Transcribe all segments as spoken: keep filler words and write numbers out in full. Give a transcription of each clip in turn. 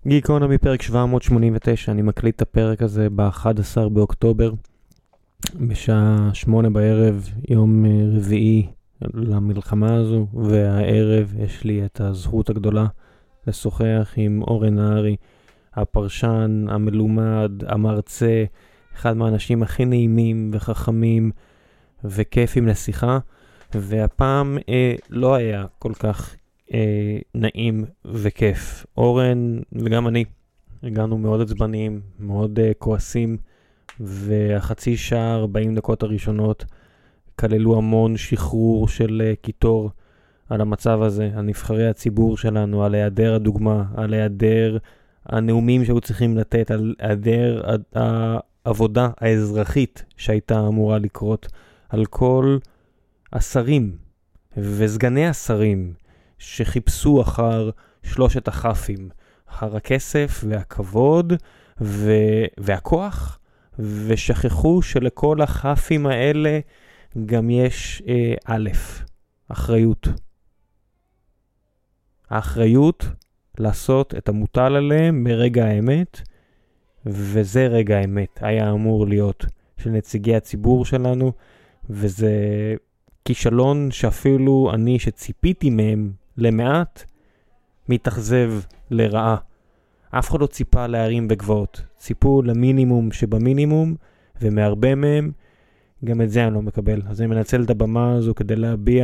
גיקונומי פרק שבע מאות שמונים ותשע, אני מקליט את הפרק הזה ב-אחד עשר באוקטובר, בשעה שמונה בערב, יום רביעי למלחמה הזו, והערב יש לי את הזכות הגדולה לשוחח עם אורן נהרי, הפרשן, המלומד, המרצה, אחד מהאנשים הכי נעימים וחכמים וכיפים לשיחה, והפעם אה, לא היה כל כך אה, נעים וכיף. אורן וגם אני הגענו מאוד עצבניים, מאוד אה, כועסים, והחצי שעה, ארבעים דקות הראשונות כללו המון שחרור של אה, קיטור על המצב הזה, על נבחרי הציבור שלנו, על היעדר הדוגמה, על היעדר הנאומים שהיו צריכים לתת, על היעדר העבודה האזרחית שהייתה אמורה לקרות, על כל השרים וסגני השרים שחיפשו אחר שלושת החפים, אחר הכסף והכבוד ו- והכוח, ושכחו שלכל החפים האלה גם יש אה, א', אחריות. האחריות לעשות את המוטל עליהם ברגע האמת, וזה רגע האמת היה אמור להיות של נציגי הציבור שלנו, וזה כישלון שאפילו אני שציפיתי מהם למעט, מתאכזב לרעה. אף אחד לא ציפה להרים בגבעות, ציפו למינימום שבמינימום, ומהרבה מהם גם את זה אני לא מקבל. אז אני מנצל את הבמה הזו כדי להביע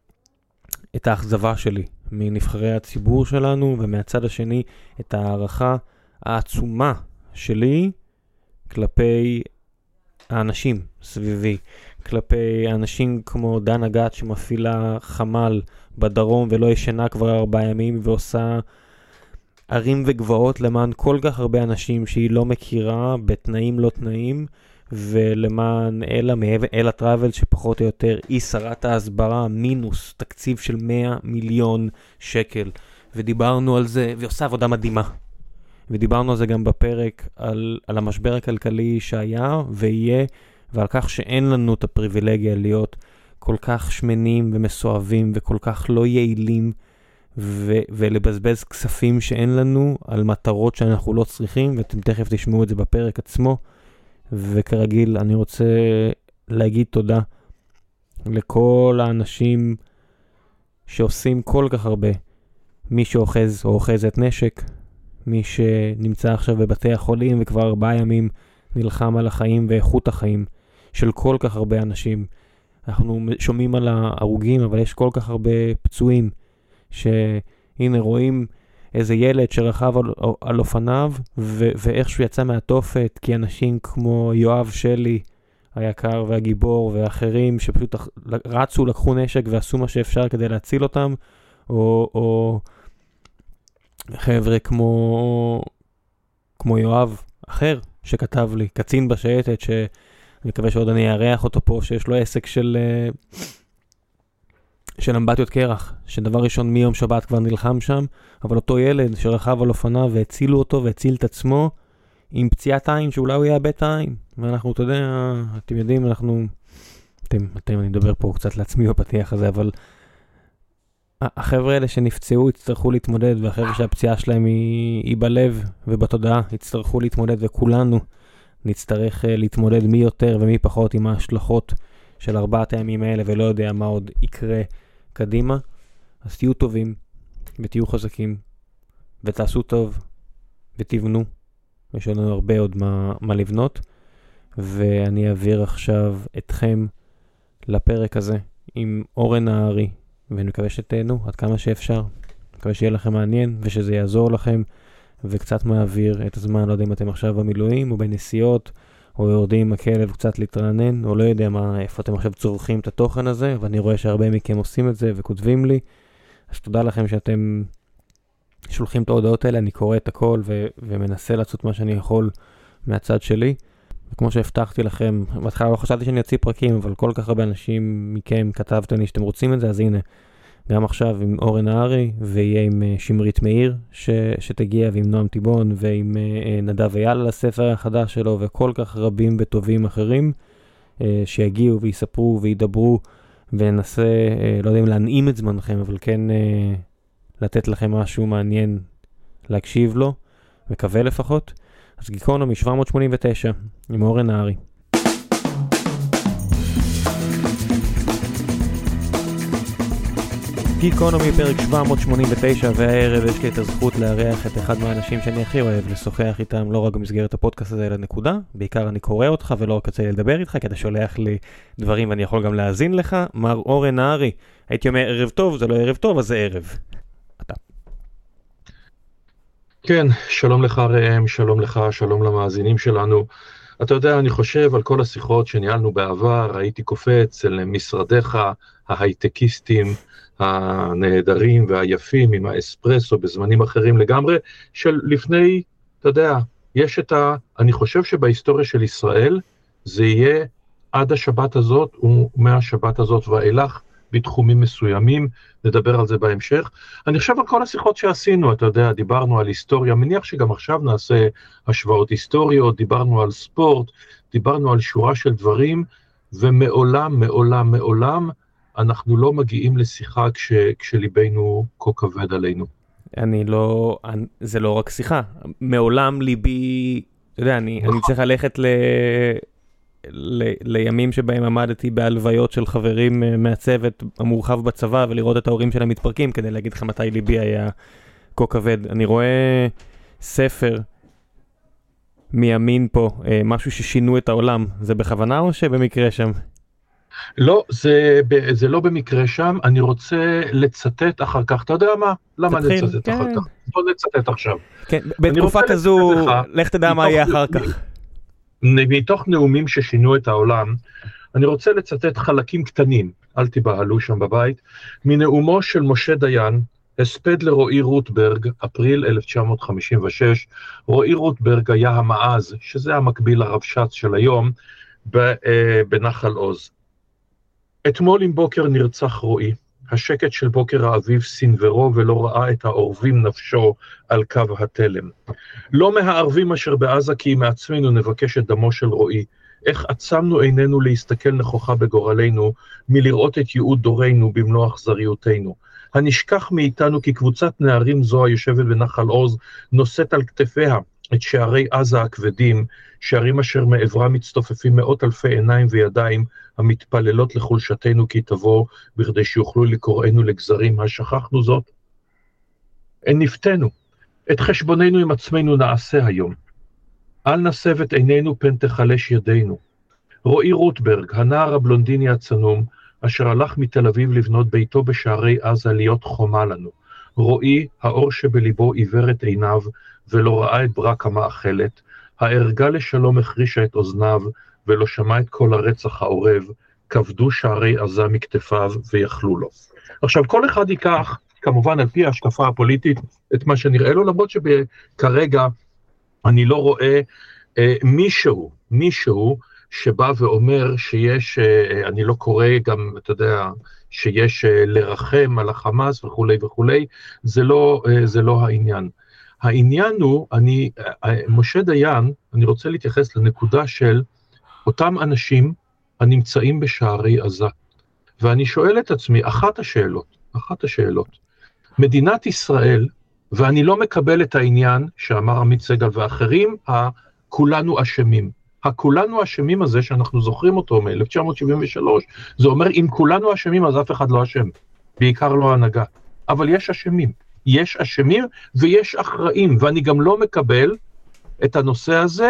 את האכזבה שלי מנבחרי הציבור שלנו, ומהצד השני את הערכה העצומה שלי כלפי האנשים סביבי, כלפי האנשים כמו דנה גת שמפעילה חמ"ל בדרום ולא ישנה כבר ארבעה ימים ועושה ערים וגבעות למען כל כך הרבה אנשים שהיא לא מכירה בתנאים לא תנאים, ולמען אלה מעבר אלה טראבל שפחות או יותר היא שרת ההסברה מינוס תקציב של מאה מיליון שקל, ודיברנו על זה, ועושה עבודה מדהימה, ודיברנו על זה גם בפרק על, על המשבר הכלכלי שהיה ויהיה, ועל כך שאין לנו את הפריבילגיה להיות כל כך שמנים ומסואבים וכל כך לא יעילים, ו- ולבזבז כספים שאין לנו על מטרות שאנחנו לא צריכים, ואתם תכף תשמעו את זה בפרק עצמו. וכרגיל אני רוצה להגיד תודה לכל האנשים שעושים כל כך הרבה, מי שאוחז או אוחזת נשק, מי שנמצא עכשיו בבתי החולים וכבר ארבעה ימים נלחם על החיים ואיכות החיים של כל כך הרבה אנשים. אנחנו שומעים על ההרוגים, אבל יש כל כך הרבה פצועים, שהנה רואים איזה ילד שרכב על, על אופניו, ו- ואיכשהו יצא מהתופת, כי אנשים כמו יואב שלי היקר והגיבור ואחרים שפשוט רצו, לקחו נשק ועשו מה שאפשר כדי להציל אותם, או, או חבר'ה כמו, כמו יואב אחר שכתב לי, קצין בשייטת, שאני מקווה שעוד אני אארח אותו פה, שיש לו עסק של... של אמבטיות קרח, שדבר ראשון מיום שבת כבר נלחם שם, אבל אותו ילד שרכב על אופניו והצילו אותו והציל את עצמו עם פציעת עין שאולי הוא יאבד את העין. ואנחנו, אתה יודע, אתם יודעים, אנחנו, אתם, אתם, אני מדבר פה קצת לעצמי בפתיח הזה, אבל החבר'ה האלה שנפצעו יצטרכו להתמודד, והחבר'ה שהפציעה שלהם היא, היא בלב ובתודעה יצטרכו להתמודד, וכולנו נצטרך להתמודד מי יותר ומי פחות עם ההשלכות של ארבעת הימים האלה, ולא יודע מה עוד יקרה קדימה. אז תהיו טובים ותהיו חזקים ותעשו טוב ותבנו, יש לנו הרבה עוד מה, מה לבנות. ואני אעביר עכשיו אתכם לפרק הזה עם אורן נהרי, ואני מקווה שתהנו עד כמה שאפשר, מקווה שיהיה לכם מעניין ושזה יעזור לכם וקצת מעביר את הזמן. לא יודע אם אתם עכשיו במילואים או בנסיעות או יורדים עם הכלב קצת להתרענן, או לא יודע מה, איפה אתם עכשיו צורכים את התוכן הזה, ואני רואה שהרבה מכם עושים את זה וכותבים לי, אז תודה לכם שאתם שולחים את ההודעות האלה, אני קורא את הכל ו- ומנסה לעשות מה שאני יכול מהצד שלי. וכמו שהבטחתי לכם, בהתחלה לא חשבתי שאני אציא פרקים, אבל כל כך הרבה אנשים מכם כתבתם לי שאתם רוצים את זה, אז הנה, גם עכשיו עם אורן נהרי, ויהיה עם שמרית מאיר ש- שתגיע, ועם נועם טיבון, ועם uh, נדב אייל על הספר החדש שלו, וכל כך רבים וטובים אחרים, uh, שיגיעו ויספרו וידברו, וננסה, uh, לא יודע אם להנעים את זמנכם, אבל כן uh, לתת לכם משהו מעניין להקשיב לו. מקווה לפחות. אז גיקונומי שבע מאות שמונים ותשע, עם אורן נהרי. גיקונומי פרק שבע מאות שמונים ותשע, והערב יש לי את הזכות לארח את אחד מהאנשים שאני הכי אוהב לשוחח איתם, לא רק במסגרת הפודקאסט הזה אלא נקודה. בעיקר אני קורא אותך ולא רק יוצא לי לדבר איתך, כי אתה שולח לי דברים ואני יכול גם להאזין לך. מר אורן נהרי, הייתי אומר ערב טוב, זה לא ערב טוב, אז זה ערב. אתה. כן, שלום לך ראם, שלום לך, שלום למאזינים שלנו. אתה יודע, אני חושב על כל השיחות שניהלנו בעבר, הייתי קופץ אל משרדיך ההייטקיסטים הנהדרים והיפים עם האספרסו בזמנים אחרים לגמרי, של לפני, אתה יודע, יש את ה... אני חושב שבהיסטוריה של ישראל זה יהיה עד השבת הזאת ומהשבת הזאת ואילך, בתחומים מסוימים, נדבר על זה בהמשך. אני חושב על כל השיחות שעשינו, אתה יודע, דיברנו על היסטוריה, מניח שגם עכשיו נעשה השוואות היסטוריות, דיברנו על ספורט, דיברנו על שורה של דברים, ומעולם, מעולם, מעולם, אנחנו לא מגיעים לשיחה כש, כשליבנו כה כבד עלינו. אני לא, אני, זה לא רק שיחה, מעולם ליבי, אתה יודע, אני, אני צריך ללכת ל... ל- לימים שבהם עמדתי בהלוויות של חברים מהצוות המורחב בצבא ולראות את ההורים שלהם מתפרקים כדי להגיד לך מתי ליבי היה כה כבד. אני רואה ספר מימין פה, משהו ששינו את העולם. זה בכוונה או שבמקרה שם? לא, זה, זה לא במקרה שם. אני רוצה לצטט אחר כך. אתה יודע מה? למה תתחיל, לצטט כן. אחר כך? בוא נצטט עכשיו. כן, בתקופה כזו, לך, לך תדע מה יהיה אחר כך. מתוך נאומים ששינו את העולם, אני רוצה לצטט חלקים קטנים, אל תיבהלו שם בבית, מנאומו של משה דיין, הספד לרועי רוטברג, אפריל אלף תשע מאות חמישים ושש. רועי רוטברג היה המעז, שזה המקביל לרבש"ץ של היום, בנחל עוז. אתמול עם בוקר נרצח רועי, השקט של בוקר האביב סנברו ולא ראה את העורבים נפשו על קו התלם. לא מהערבים אשר בעזה כי מעצמנו נבקש את דמו של רועי. איך עצמנו עינינו להסתכל נכוחה בגורלנו, מלראות את ייעוד דורנו במלוא אכזריותנו. הנשכח מאיתנו כי קבוצת נערים זו היושבת בנחל עוז, נושאת על כתפיה את שערי עזה הכבדים, שערים אשר מעברם מצטופפים מאות אלפי עיניים וידיים, המתפללות לחולשתנו כי תבוא, בכדי שיוכלו לקוראנו לגזרים. השכחנו זאת? אין נפתנו. את חשבוננו עם עצמנו נעשה היום. אל נסב את עינינו פן תחלש ידינו. רועי רוטברג, הנער הבלונדיני הצנום, אשר הלך מתל אביב לבנות ביתו בשערי עזה להיות חומה לנו. רועי, האור שבליבו עיוור את עיניו, ולא ראה את ברק המאכלת, הערגה לשלום החרישה את אוזניו, ולא שמע את כל הרצח העורב, כבדו שערי עזה מכתפיו ויכלו לו. עכשיו, כל אחד ייקח, כמובן על פי ההשקפה הפוליטית, את מה שנראה לו, למרות שכרגע אני לא רואה אה, מישהו, מישהו שבא ואומר שיש, אה, אני לא קורא גם, אתה יודע, שיש אה, לרחם על החמאס וכולי וכולי, זה לא, אה, זה לא העניין. העניין הוא, אני, אה, משה דיין, אני רוצה להתייחס לנקודה של אותם אנשים הנמצאים בשערי עזה. ואני שואל את עצמי, אחת השאלות, אחת השאלות, מדינת ישראל, ואני לא מקבל את העניין שאמר עמית סגל ואחרים, כולנו אשמים. הכולנו אשמים הזה שאנחנו זוכרים אותו מ-אלף תשע מאות שבעים ושלוש, זה אומר אם כולנו אשמים אז אף אחד לא אשם, בעיקר לא הנהגה. אבל יש אשמים, יש אשמים ויש אחראים, ואני גם לא מקבל את הנושא הזה,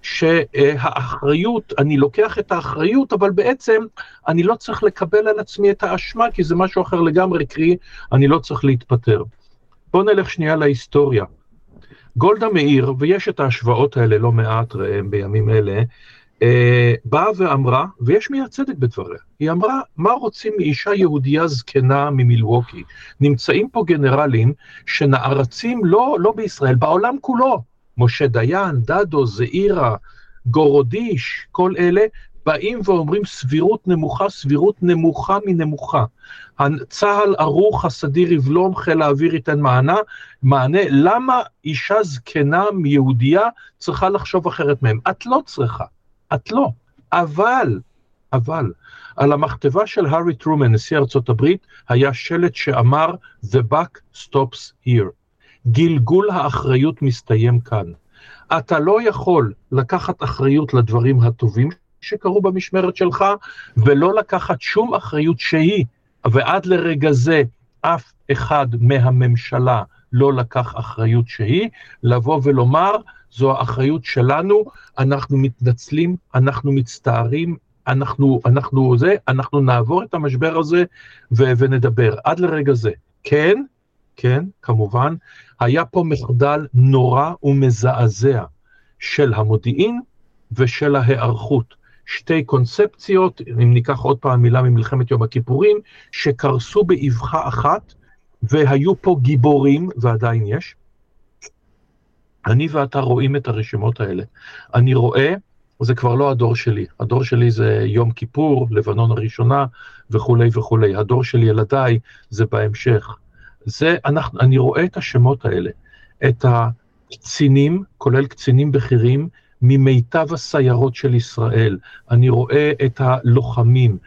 שהאחריות, אני לוקח את האחריות, אבל בעצם אני לא צריך לקבל על עצמי את האשמה, כי זה משהו אחר לגמרי, קרי, אני לא צריך להתפטר. בוא נלך שנייה להיסטוריה. גולדה מאיר, ויש את ההשוואות האלה לא מעט רהם בימים אלה, אה, באה ואמרה, ויש מי הצדק בדבריה, היא אמרה, מה רוצים מאישה יהודייה זקנה ממילווקי? נמצאים פה גנרלים שנערצים לא, לא בישראל, בעולם כולו, משה דיין, דדו, זעירה, גורודיש, כל אלה, באים ואומרים סבירות נמוכה, סבירות נמוכה מנמוכה. צהל ערוך, הסדיר יבלום, חיל האוויר ייתן מענה, מענה, למה אישה זקנה מיהודייה צריכה לחשוב אחרת מהם? את לא צריכה, את לא, אבל, אבל, על המכתבה של הארי טרומן, נשיא ארצות הברית, היה שלט שאמר, the buck stops here. גלגול האחריות מסתיים כאן. אתה לא יכול לקחת אחריות לדברים הטובים שקרו במשמרת שלך, ולא לקחת שום אחריות שהיא, ועד לרגע זה אף אחד מהממשלה לא לקח אחריות שהיא, לבוא ולומר, זו האחריות שלנו, אנחנו מתנצלים, אנחנו מצטערים, אנחנו, אנחנו זה, אנחנו נעבור את המשבר הזה ו- ונדבר. עד לרגע זה, כן, כן, כמובן, היה פה מחדל נורא ומזעזע של המודיעין ושל ההיערכות. שתי קונספציות, אם ניקח עוד פעם מילה ממלחמת יום הכיפורים, שקרסו באבחה אחת, והיו פה גיבורים, ועדיין יש. אני ואתה רואים את הרשימות האלה. אני רואה, זה כבר לא הדור שלי. הדור שלי זה יום כיפור, לבנון הראשונה, וכו' וכו'. הדור של ילדיי זה בהמשך. זה, אנחנו, אני רואה את השמות האלה, את הקצינים, כולל קצינים בכירים, ממיטב הסיירות של ישראל. אני רואה את הלוחמים,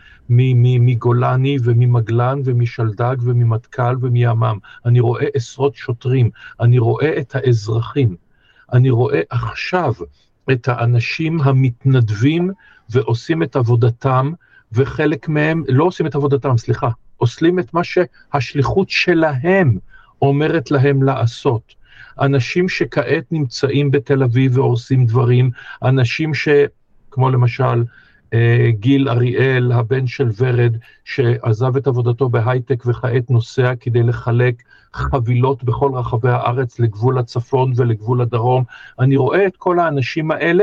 מגולני וממגלן ומשלדג וממטכ"ל ומימ"מ. אני רואה עשרות שוטרים, אני רואה את האזרחים. אני רואה עכשיו את האנשים המתנדבים ועושים את עבודתם, וחלק מהם לא עושים את עבודתם, סליחה, עושים את מה שהשליחות שלהם אומרת להם לעשות. אנשים שכעת נמצאים בתל אביב ועושים דברים, אנשים ש, כמו למשל, גיל אריאל, הבן של ורד, שעזב את עבודתו בהייטק וכעת נוסע כדי לחלק חבילות בכל רחבי הארץ לגבול הצפון ולגבול הדרום. אני רואה את כל האנשים האלה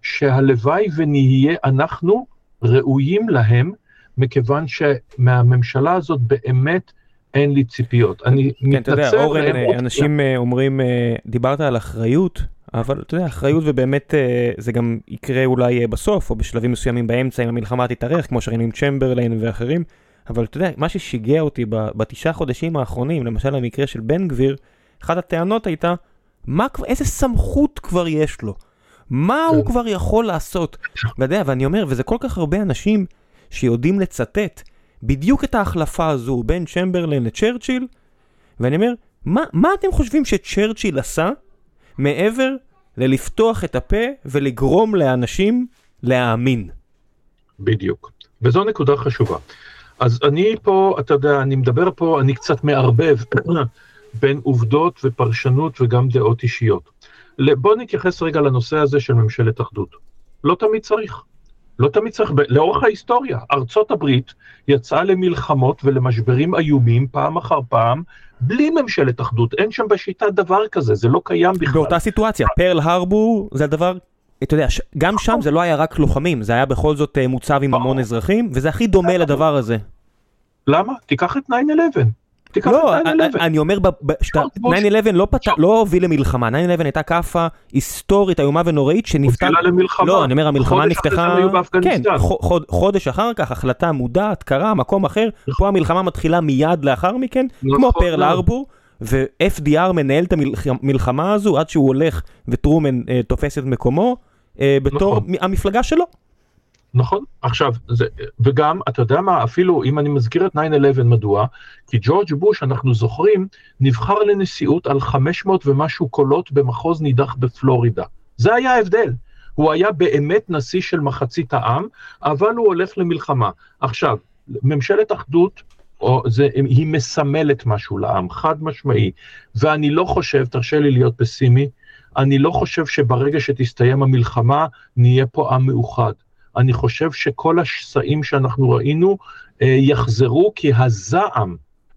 שהלוואי ונהיה אנחנו ראויים להם, מכיוון שמהממשלה הזאת באמת אין לי ציפיות. אני כן, מתנצל. אתה יודע, אורן, אנשים אומרים, דיברת על אחריות, אבל אתה יודע, אחריות ובאמת זה גם יקרה אולי בסוף, או בשלבים מסוימים באמצע, אם המלחמה תתארך, כמו שראינו עם צ'מברליין ואחרים, אבל אתה יודע, מה ששיגע אותי בתשעה חודשים האחרונים, למשל המקרה של בן גביר, אחת הטענות הייתה, מה, איזה סמכות כבר יש לו? מה הוא כבר יכול לעשות? יודע, ואני אומר, וזה כל כך הרבה אנשים שיודעים לצטט בדיוק את ההחלפה הזו בין צ'מברליין לצ'רצ'יל, ואני אומר, מה, מה אתם חושבים שצ'רצ'יל עשה מעבר ללפתוח את הפה ולגרום לאנשים להאמין? בדיוק. וזו נקודה חשובה. אז אני פה, אתה יודע, אני מדבר פה, אני קצת מערבב בין עובדות ופרשנות וגם דעות אישיות. בוא נתייחס רגע לנושא הזה של ממשלת אחדות. לא תמיד צריך. לא תמיד צריך. לאורך ההיסטוריה, ארצות הברית יצאה למלחמות ולמשברים איומים פעם אחר פעם, בלי ממשלת אחדות. אין שם בשיטה דבר כזה, זה לא קיים בכלל. באותה סיטואציה, פרל הרבור זה הדבר, אתה יודע, גם שם זה לא היה רק לוחמים, זה היה בכל זאת מוצב עם המון אזרחים, וזה הכי דומה לדבר הזה. למה? תיקח את תשע אחת עשרה. לא, אני אומר, תשע אחת עשרה לא הוביל למלחמה, תשע אחת עשרה הייתה קפה היסטורית, איומה ונוראית, שנפתח... הובילה למלחמה. לא, אני אומר, המלחמה נפתחה... כן, חודש אחר כך, החלטה מודעת, קרה, מקום אחר, פה המלחמה מתחילה מיד לאחר מכן, כמו פרל הרבור, ו-אף די אר מנהל את המלחמה הזו, עד שהוא הולך וטרומן תופס את מקומו, בתור המפלגה שלו. נכון, עכשיו, זה, וגם, אתה יודע מה, אפילו אם אני מזכיר את תשע אחת עשרה, מדוע? כי ג'ורג' בוש, אנחנו זוכרים, נבחר לנשיאות על חמש מאות ומשהו קולות במחוז נידח בפלורידה. זה היה ההבדל. הוא היה באמת נשיא של מחצית העם, אבל הוא הולך למלחמה. עכשיו, ממשלת אחדות, או זה, היא מסמלת משהו לעם, חד משמעי, ואני לא חושב, תרשה לי להיות פסימי, אני לא חושב שברגע שתסתיים המלחמה, נהיה פה עם מאוחד. אני חושב שכל השסעים שאנחנו ראינו אה, יחזרו, כי הזעם,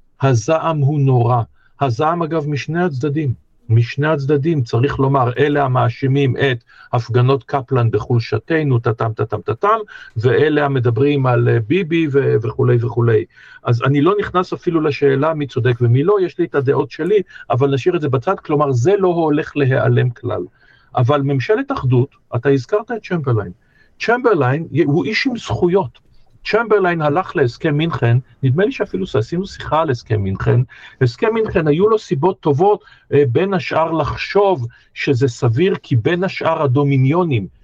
הזעם הוא נורא. הזעם אגב משני הצדדים, משני הצדדים, צריך לומר, אלה המאשימים את הפגנות קפלן בחולשתנו, תתם, תתם, תתם, ואלה המדברים על ביבי ו- וכו' וכו'. אז אני לא נכנס אפילו לשאלה מי צודק ומי לא, יש לי את הדעות שלי, אבל נשאיר את זה בצד, כלומר זה לא הולך להיעלם כלל. אבל ממשלת אחדות, אתה הזכרת את צ'מברליין, צ'מברליין הוא איש עם זכויות. צ'מברליין הלך להסכם מינכן, נדמה לי שאפילו עשינו שיחה על הסכם מינכן, הסכם מינכן היו לו סיבות טובות, בין השאר לחשוב שזה סביר, כי בין השאר הדומיניונים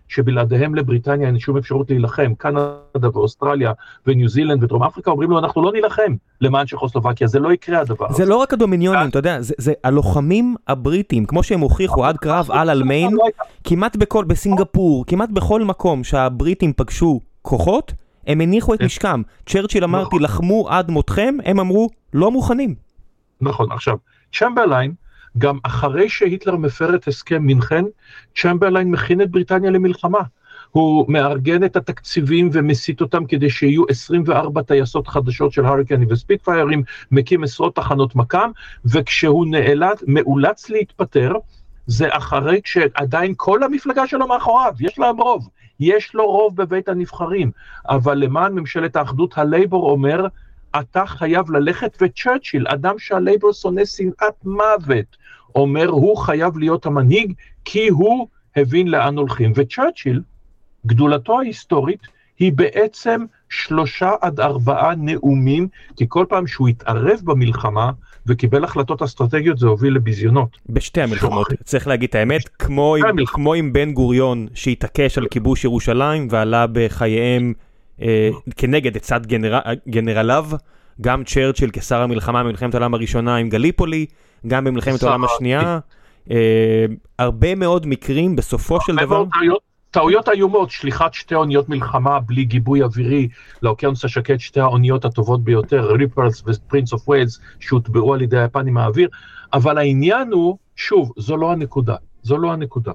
שבלעדיהם לבריטניה אין שום אפשרות להילחם, קנדה ואוסטרליה וניו זילנד ודרום אפריקה אומרים לו אנחנו לא נילחם למען צ'כוסלובקיה, זה לא יקרה הדבר הזה. זה לא רק הדומיניונים, אתה יודע, זה, זה הלוחמים הבריטים, כמו שהם הוכיחו עד קרב על אלמיין, כמעט בכל, בסינגפור, כמעט בכל מקום שהבריטים פגשו כוחות, הם הניחו את נשקם. צ'רצ'יל אמרתי, לחמו עד מותכם, הם אמרו, לא מוכנים. נכון, עכשיו, צ'מברליין, גם אחרי שהיטלר מפר את הסכם מינכן, צ'מברליין מכין את בריטניה למלחמה. הוא מארגן את התקציבים ומסית אותם כדי שיהיו עשרים וארבע טייסות חדשות של הריקנים וספיטפיירים, מקים עשרות תחנות מקם, וכשהוא נאלץ, מאולץ להתפטר, זה אחרי שעדיין כל המפלגה שלו מאחוריו, יש להם רוב, יש לו רוב בבית הנבחרים, אבל למען ממשלת האחדות הלייבור אומר, אתה חייב ללכת, וצ'רצ'יל, אדם שהלייבור שונא שנאת מוות, אומר הוא חייב להיות המנהיג, כי הוא הבין לאן הולכים, וצ'רצ'יל, גדולתו ההיסטורית, היא בעצם שלושה עד ארבעה נאומים, כי כל פעם שהוא התערב במלחמה, וקיבל החלטות אסטרטגיות, זה הוביל לביזיונות. בשתי המלחמות, צריך להגיד את האמת, כמו עם, כמו עם בן גוריון, שהתעקש על כיבוש ירושלים, ועלה בחייהם אה, כנגד את צד גנר... גנרליו, גם צ'רצ'יל כשר המלחמה, במלחמת העולם הראשונה עם גליפולי, גם במלחמת העולם השנייה, אה, הרבה מאוד מקרים בסופו של דבר... טעויות איומות, שליחת שתי אוניות מלחמה בלי גיבוי אווירי לאוקיינוס השקט, שתי האוניות הטובות ביותר, ריפרס ופרינס אוף ווילס, שהוטבעו על ידי היפנים מהאוויר, אבל העניין הוא, שוב, זו לא הנקודה, זו לא הנקודה.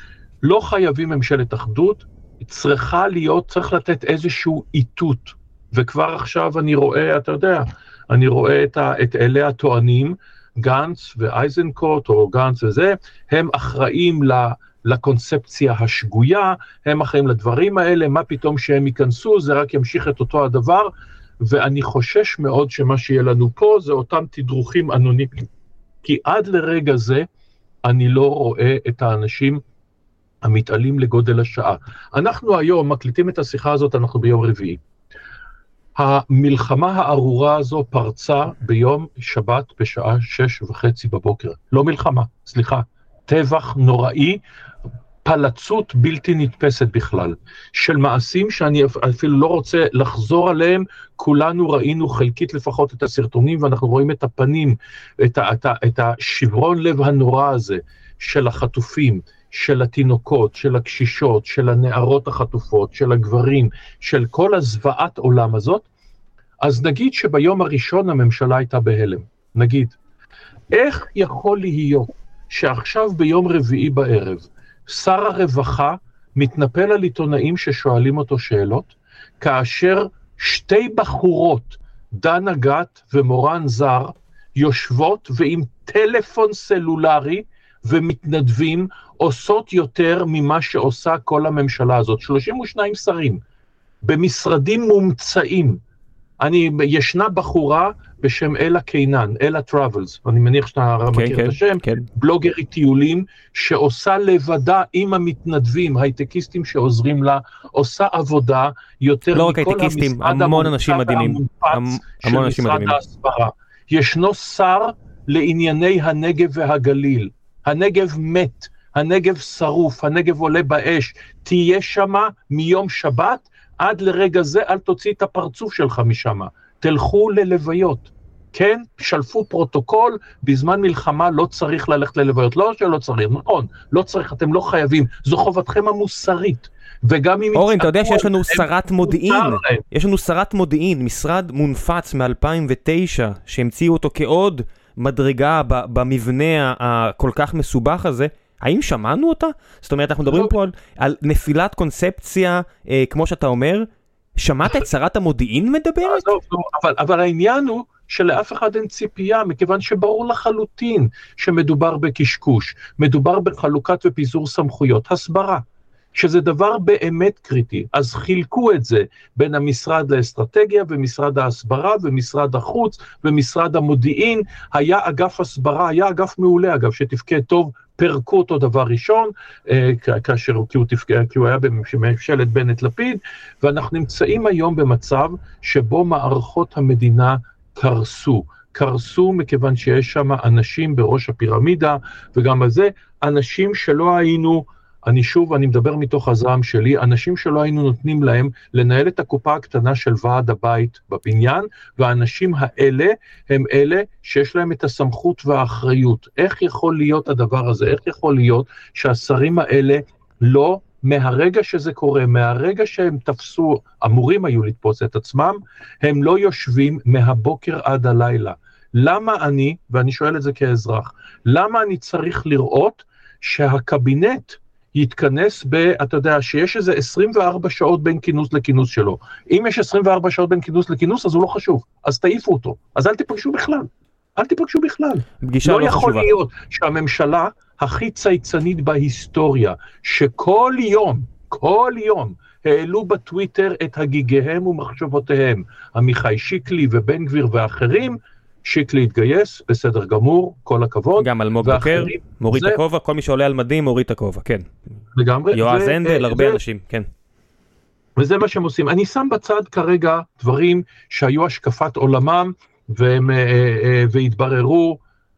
לא חייבים ממשלת אחדות, צריכה להיות, צריך לתת איזשהו איתות, וכבר עכשיו אני רואה, אתה יודע, אני רואה את, ה, את אלה הטוענים, גנץ ואייזנקוט, או גנץ וזה, הם אחראים ל... לקונספציה השגויה, הם אחראים לדברים האלה, מה פתאום שהם ייכנסו, זה רק ימשיך את אותו הדבר, ואני חושש מאוד שמה שיהיה לנו פה, זה אותם תדרוכים אנונימיים, כי עד לרגע זה, אני לא רואה את האנשים המתעלים לגודל השעה. אנחנו היום מקליטים את השיחה הזאת, אנחנו ביום רביעי. המלחמה הארורה הזו פרצה ביום שבת בשעה שש וחצי בבוקר. לא מלחמה, סליחה, טבח נוראי, פלצות בלתי נתפסת בכלל, של מעשים שאני אפילו לא רוצה לחזור עליהם, כולנו ראינו חלקית לפחות את הסרטונים, ואנחנו רואים את הפנים, את, ה, את, ה, את השברון לב הנורא הזה, של החטופים, של התינוקות, של הקשישות, של הנערות החטופות, של הגברים, של כל הזוועת עולם הזאת, אז נגיד שביום הראשון הממשלה הייתה בהלם, נגיד, איך יכול להיות שעכשיו ביום רביעי בערב, שר הרווחה מתנפל על עיתונאים ששואלים אותו שאלות, כאשר שתי בחורות, דנה גת ומורן זר, יושבות ועם טלפון סלולרי ומתנדבים, עושות יותר ממה שעושה כל הממשלה הזאת. שלושים ושניים שרים, במשרדים מומצאים. אני, ישנה בחורה בשם אלה קיינן, אלה טראבלס, אני מניח שאתה okay, מכיר okay, את השם, okay. בלוגרית טיולים, שעושה לבדה עם המתנדבים, הייטקיסטים שעוזרים לה, עושה עבודה יותר לא מכל המשרד המון אנשים מדהימים, של משרד ההסברה. ישנו שר לענייני הנגב והגליל, הנגב מת, הנגב שרוף, הנגב עולה באש, תהיה שמה מיום שבת, עד לרגע זה אל תוציא את הפרצוף שלך משמה, תלכו ללוויות, כן, שלפו פרוטוקול, בזמן מלחמה לא צריך ללכת ללוויות, לא שלא צריך, נכון, לא צריך, אתם לא חייבים, זו חובתכם המוסרית, וגם אם... אורן, אתה יודע שיש לנו שרת מודיעין, יש לנו שרת מודיעין, משרד מונפץ מ-אלפיים ותשע, שהמציאו אותו כעוד מדרגה במבנה הכל כך מסובך הזה, האם שמענו אותה? זאת אומרת, אנחנו מדברים פה על, על נפילת קונספציה, אה, כמו שאתה אומר, שמעת את שרת המודיעין מדברת? אבל, אבל העניין הוא שלאף אחד אין ציפייה, מכיוון שברור לחלוטין שמדובר בקשקוש, מדובר בחלוקת ופיזור סמכויות, הסברה, שזה דבר באמת קריטי. אז חילקו את זה בין המשרד לאסטרטגיה ומשרד ההסברה ומשרד החוץ ומשרד המודיעין, היה אגף הסברה, היה אגף מעולה אגב, שתפקד טוב, פרקו אותו דבר ראשון, כאשר כי הוא, תפקד, כי הוא היה בממשלת בנט לפיד, ואנחנו נמצאים היום במצב שבו מערכות המדינה קרסו, קרסו מכיוון שיש שם אנשים בראש הפירמידה, וגם על זה אנשים שלא היינו אני שוב, אני מדבר מתוך הזעם שלי, אנשים שלא היינו נותנים להם לנהל את הקופה הקטנה של ועד הבית בבניין, והאנשים האלה הם אלה שיש להם את הסמכות והאחריות. איך יכול להיות הדבר הזה? איך יכול להיות שהשרים האלה לא, מהרגע שזה קורה, מהרגע שהם תפסו, אמורים היו לתפוס את עצמם, הם לא יושבים מהבוקר עד הלילה. למה אני, ואני שואל את זה כאזרח, למה אני צריך לראות שהקבינט יתכנס ב, אתה יודע, שיש איזה עשרים וארבע שעות בין כינוס לכינוס שלו. אם יש עשרים וארבע שעות בין כינוס לכינוס, אז הוא לא חשוב. אז תעיפו אותו. אז אל תיפגשו בכלל. אל תיפגשו בכלל. פגישה לא, לא יכול חשובה. להיות שהממשלה הכי צייצנית בהיסטוריה, שכל יום, כל יום, העלו בטוויטר את הגיגיהם ומחשבותיהם, עמיחי שיקלי ובן גביר ואחרים, שיקלי התגייס, בסדר גמור, כל הכבוד. גם אלמוג בוקר, מוריד את הכובע, כל מי שעולה על מדים מוריד את הכובע, כן. לגמרי. יועז הנדל, הרבה אנשים, כן. וזה מה שהם עושים. אני שם בצד כרגע דברים שהיו השקפת עולמם, והם, והתבררו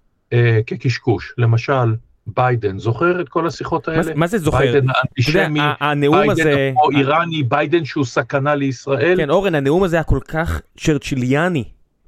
כקשקוש. למשל, ביידן, זוכר את כל השיחות האלה? מה זה זוכר? ביידן האנטישמי, ביידן או איראני, ביידן שהוא סכנה לישראל. כן, אורן, הנאום הזה היה כל כך צ'רצ'יליאני,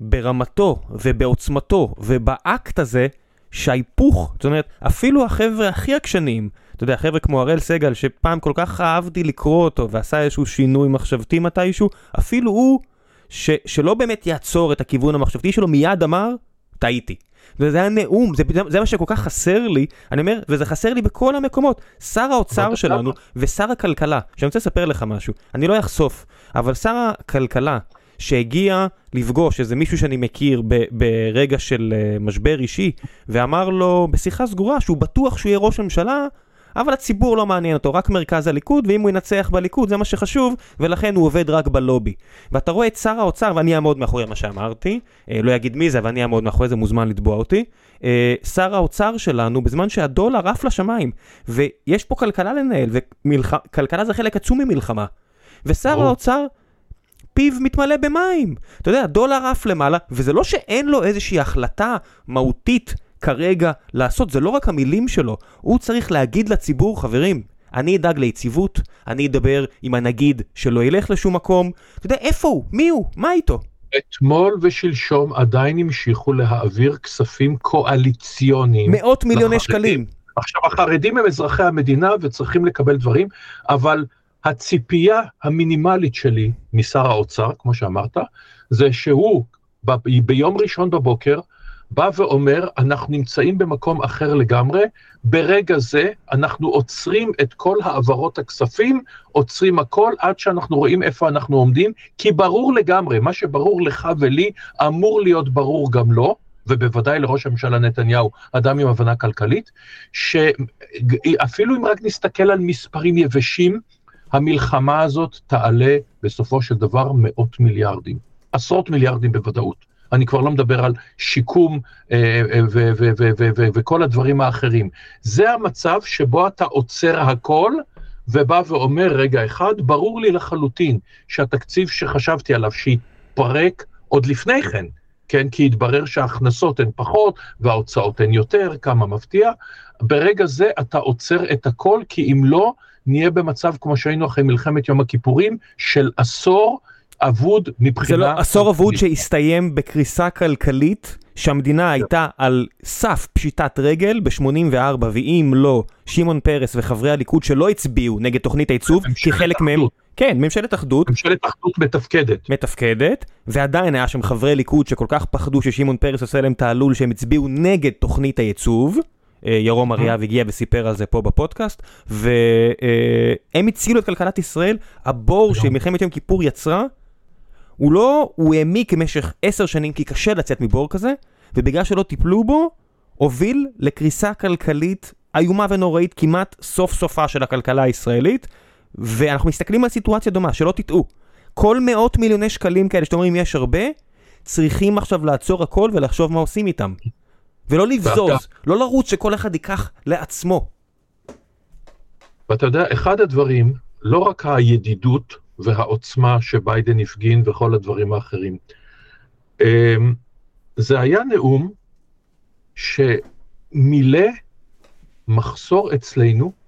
ברמתו ובעוצמתו ובאקט הזה, שההיפוך, זאת אומרת, אפילו החבר'ה הכי עקשנים, אתה יודע, חבר'ה כמו הראל סגל, שפעם כל כך אהבתי לקרוא אותו, ועשה איזשהו שינוי מחשבתי מתישהו, אפילו הוא, ש, שלא באמת יעצור את הכיוון המחשבתי שלו, מיד אמר, טעיתי. וזה היה נאום, זה, זה מה שכל כך חסר לי, אני אומר, וזה חסר לי בכל המקומות. שר האוצר שלנו ושר הכלכלה, שאני רוצה לספר לך משהו, אני לא אחשוף, אבל שר הכלכלה, שהגיע לפגוש איזה מישהו שאני מכיר ב- ברגע של uh, משבר אישי, ואמר לו בשיחה סגורה שהוא בטוח שהוא יהיה ראש ממשלה, אבל הציבור לא מעניין אותו, רק מרכז הליכוד, ואם הוא ינצח בליכוד זה מה שחשוב, ולכן הוא עובד רק בלובי. ואתה רואה את שר האוצר, ואני אעמוד מאחורי מה שאמרתי, אה, לא יגיד מי זה, אבל אני אעמוד מאחורי זה, מוזמן לתבוע אותי, אה, שר האוצר שלנו, בזמן שהדולר רף לשמיים, ויש פה כלכלה לנהל, וכלכלה זה חלק עצום ממלחמה, ושר האוצר פיו מתמלא במים. אתה יודע, דולר רף למעלה, וזה לא שאין לו איזושהי החלטה מהותית כרגע לעשות, זה לא רק המילים שלו, הוא צריך להגיד לציבור, חברים, אני אדאג ליציבות, אני אדבר עם הנגיד שלא ילך לשום מקום, אתה יודע, איפה הוא? מי הוא? מה איתו? אתמול ושלשום עדיין המשיכו להעביר כספים קואליציוניים. מאות מיליוני שקלים. עכשיו, החרדים הם אזרחי המדינה וצריכים לקבל דברים, אבל הציפייה המינימלית שלי משר האוצר, כמו שאמרת, זה שהוא ב- ביום ראשון בבוקר בא ואומר, אנחנו נמצאים במקום אחר לגמרי, ברגע זה אנחנו עוצרים את כל העברות הכספים, עוצרים הכל עד שאנחנו רואים איפה אנחנו עומדים, כי ברור לגמרי, מה שברור לך ולי אמור להיות ברור גם לו, ובוודאי לראש הממשלה נתניהו, אדם עם הבנה כלכלית, שאפילו אם רק נסתכל על מספרים יבשים, המלחמה הזאת תעלה בסופו של דבר מאות מיליארדים, עשרות מיליארדים בוודאות. אני כבר לא מדבר על שיקום וכל הדברים האחרים. זה המצב שבו אתה עוצר הכל ובא ואומר, רגע אחד, ברור לי לחלוטין שהתקציב שחשבתי עליו שיתפרק עוד לפני כן, כן, כי התברר שההכנסות הן פחות וההוצאות הן יותר, כמה מפתיע, ברגע זה אתה עוצר את הכל, כי אם לא, נהיה במצב כמו שהיינו אחרי מלחמת יום הכיפורים, של עשור אבוד מבחינה... זה לא עשור אבוד שהסתיים בקריסה כלכלית, שהמדינה הייתה על סף פשיטת רגל ב-שמונים וארבע, ואם לא, שמעון פרס וחברי הליכוד שלא הצביעו נגד תוכנית העיצוב, כי חלק מהם... כן, ממשלת אחדות. ממשלת אחדות מתפקדת. מתפקדת, ועדיין היה שם חברי ליכוד שכל כך פחדו ששמעון פרס עושה להם תעלול שהם הצביעו נגד תוכנית הייצוב. ירום אריאב הגיע וסיפר על זה פה בפודקאסט, והם הצילו את כלכלת ישראל. הבור שמלחמת יום כיפור יצרה, הוא לא, הוא העמיק במשך עשר שנים, כי קשה לצאת מבור כזה, ובגלל שלא טיפלו בו, הוביל לקריסה כלכלית איומה ונוראית, כמעט סוף סופה של הכלכלה הישראלית, ואנחנו מסתכלים על סיטואציה דומה, שלא תטעו. כל מאות מיליוני שקלים כאלה, שאתם אומרים יש הרבה, צריכים עכשיו לעצור הכל ולחשוב מה עושים איתם. ולא לבזוז, לא לרוץ שכל אחד ייקח לעצמו. ואתה יודע, אחד הדברים, לא רק הידידות והעוצמה שביידן הפגין וכל הדברים האחרים, זה היה נאום שמילא מחסור אצלנו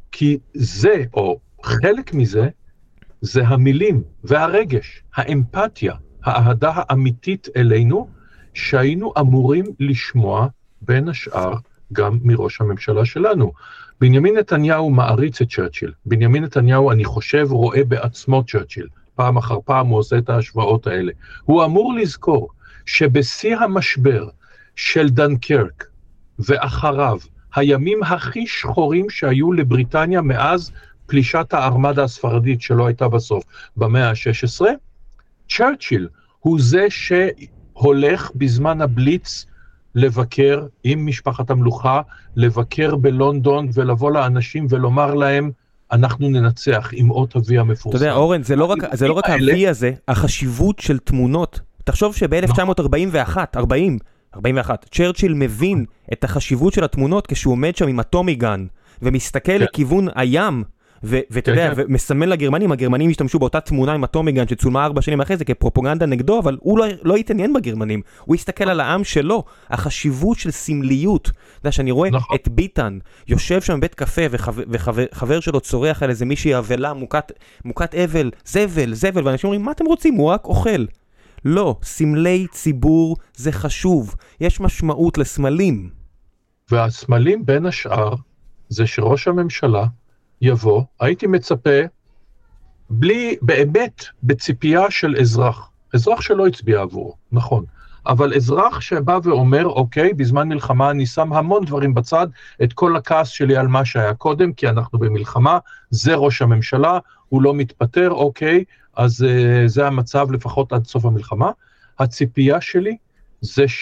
כי זה, או חלק מזה, זה המילים והרגש, האמפתיה, האהדה האמיתית אלינו, שהיינו אמורים לשמוע בין השאר גם מראש הממשלה שלנו. בנימין נתניהו מעריץ את צ'רצ'יל. בנימין נתניהו, אני חושב, רואה בעצמו צ'רצ'יל. פעם אחר פעם הוא עושה את ההשוואות האלה. הוא אמור לזכור שבשיא המשבר של דנקרק ואחריו, הימים הכי שחורים שהיו לבריטניה מאז פלישת הארמדה הספרדית שלא הייתה בסוף במאה ה-שש עשרה, צ'רצ'יל הוא זה שהולך בזמן הבליץ לבקר עם משפחת המלוכה, לבקר בלונדון ולבוא לאנשים ולומר להם, אנחנו ננצח עם אות אבי המפורסם. אתה יודע, אורן, זה לא רק, זה לא רק האבי הזה, החשיבות של תמונות. תחשוב שב-אלף תשע מאות ארבעים ואחת, ארבעים, ארבעים ואחת, צ'רצ'יל מבין את החשיבות של התמונות כשהוא עומד שם עם אטומי-גן, ומסתכל לכיוון הים, ואתה יודע, ומסמן לגרמנים, הגרמנים השתמשו באותה תמונה עם אטומי-גן שצולמה ארבע שנים אחרי זה כפרופוגנדה נגדו, אבל הוא לא התעניין בגרמנים, הוא הסתכל על העם שלו, החשיבות של סמליות. אתה יודע, שאני רואה את ביטן, יושב שם בבית קפה, וחבר שלו צורח על איזה מישהי אבלה, מוקת אבל, זבל, זבל, ואנשים אומרים, מה אתם רוצים? הוא רק אוכל. לא, סמלי ציבור זה חשוב, יש משמעות לסמלים. והסמלים בין השאר, זה שראש הממשלה יבוא, הייתי מצפה, בלי, באמת, בציפייה של אזרח, אזרח שלא הצביע עבורו, נכון, אבל אזרח שבא ואומר, אוקיי, בזמן מלחמה אני שם המון דברים בצד, את כל הכעס שלי על מה שהיה קודם, כי אנחנו במלחמה, זה ראש הממשלה, הוא לא מתפטר, אוקיי, אז uh, זה המצב לפחות עד סוף המלחמה. הציפייה שלי זה ש...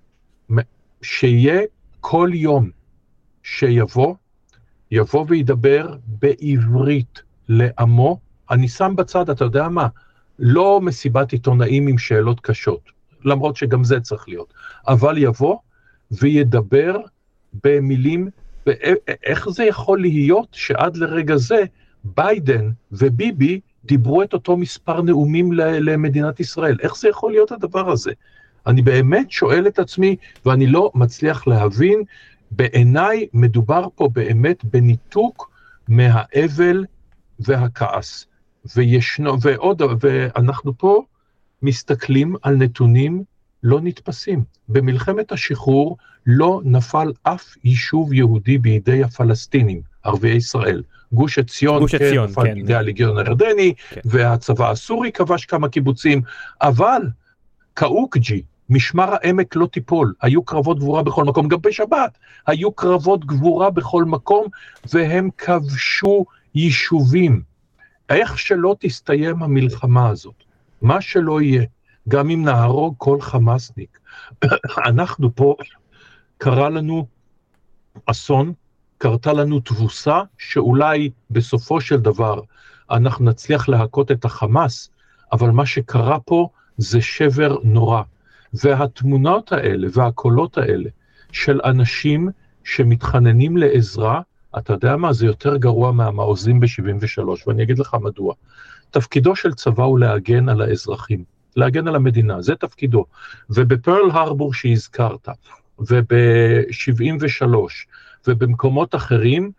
שיהיה כל יום שיבוא, יבוא וידבר בעברית לעמו, אני שם בצד, אתה יודע מה, לא מסיבת עיתונאים עם שאלות קשות, למרות שגם זה צריך להיות, אבל יבוא וידבר במילים, איך זה יכול להיות שעד לרגע זה, ביידן וביבי דיברו את אותו מספר נאומים למדינת ישראל, איך זה יכול להיות הדבר הזה? אני באמת שואל את עצמי, ואני לא מצליח להבין, בעיניי מדובר פה באמת בניתוק מהאבל והכעס. וישנו, ועוד, ואנחנו פה מסתכלים על נתונים לא נתפסים. במלחמת השחרור לא נפל אף יישוב יהודי בידי הפלסטינים, ערביי ישראל. גוש עציון, גוש עציון, כן, נפל כן. בידי הליגיון הירדני, כן. והצבא הסורי כבש כמה קיבוצים, אבל קאוקג'י, משמר העמק לא תיפול, היו קרבות גבורה בכל מקום, גם בשבת, היו קרבות גבורה בכל מקום, והם כבשו יישובים. איך שלא תסתיים המלחמה הזאת, מה שלא יהיה, גם אם נהרוג כל חמאסניק, אנחנו פה, קרה לנו אסון, קרתה לנו תבוסה, שאולי בסופו של דבר אנחנו נצליח להכות את החמאס, אבל מה שקרה פה זה שבר נורא. והתמונות האלה והקולות האלה של אנשים שמתחננים לעזרה, אתה יודע מה, זה יותר גרוע מהמעוזים ב-שבעים ושלוש, ואני אגיד לך מדוע. תפקידו של צבא הוא להגן על האזרחים, להגן על המדינה, זה תפקידו. ובפרל הרבור שהזכרת, וב-שבעים ושלוש, ובמקומות אחרים,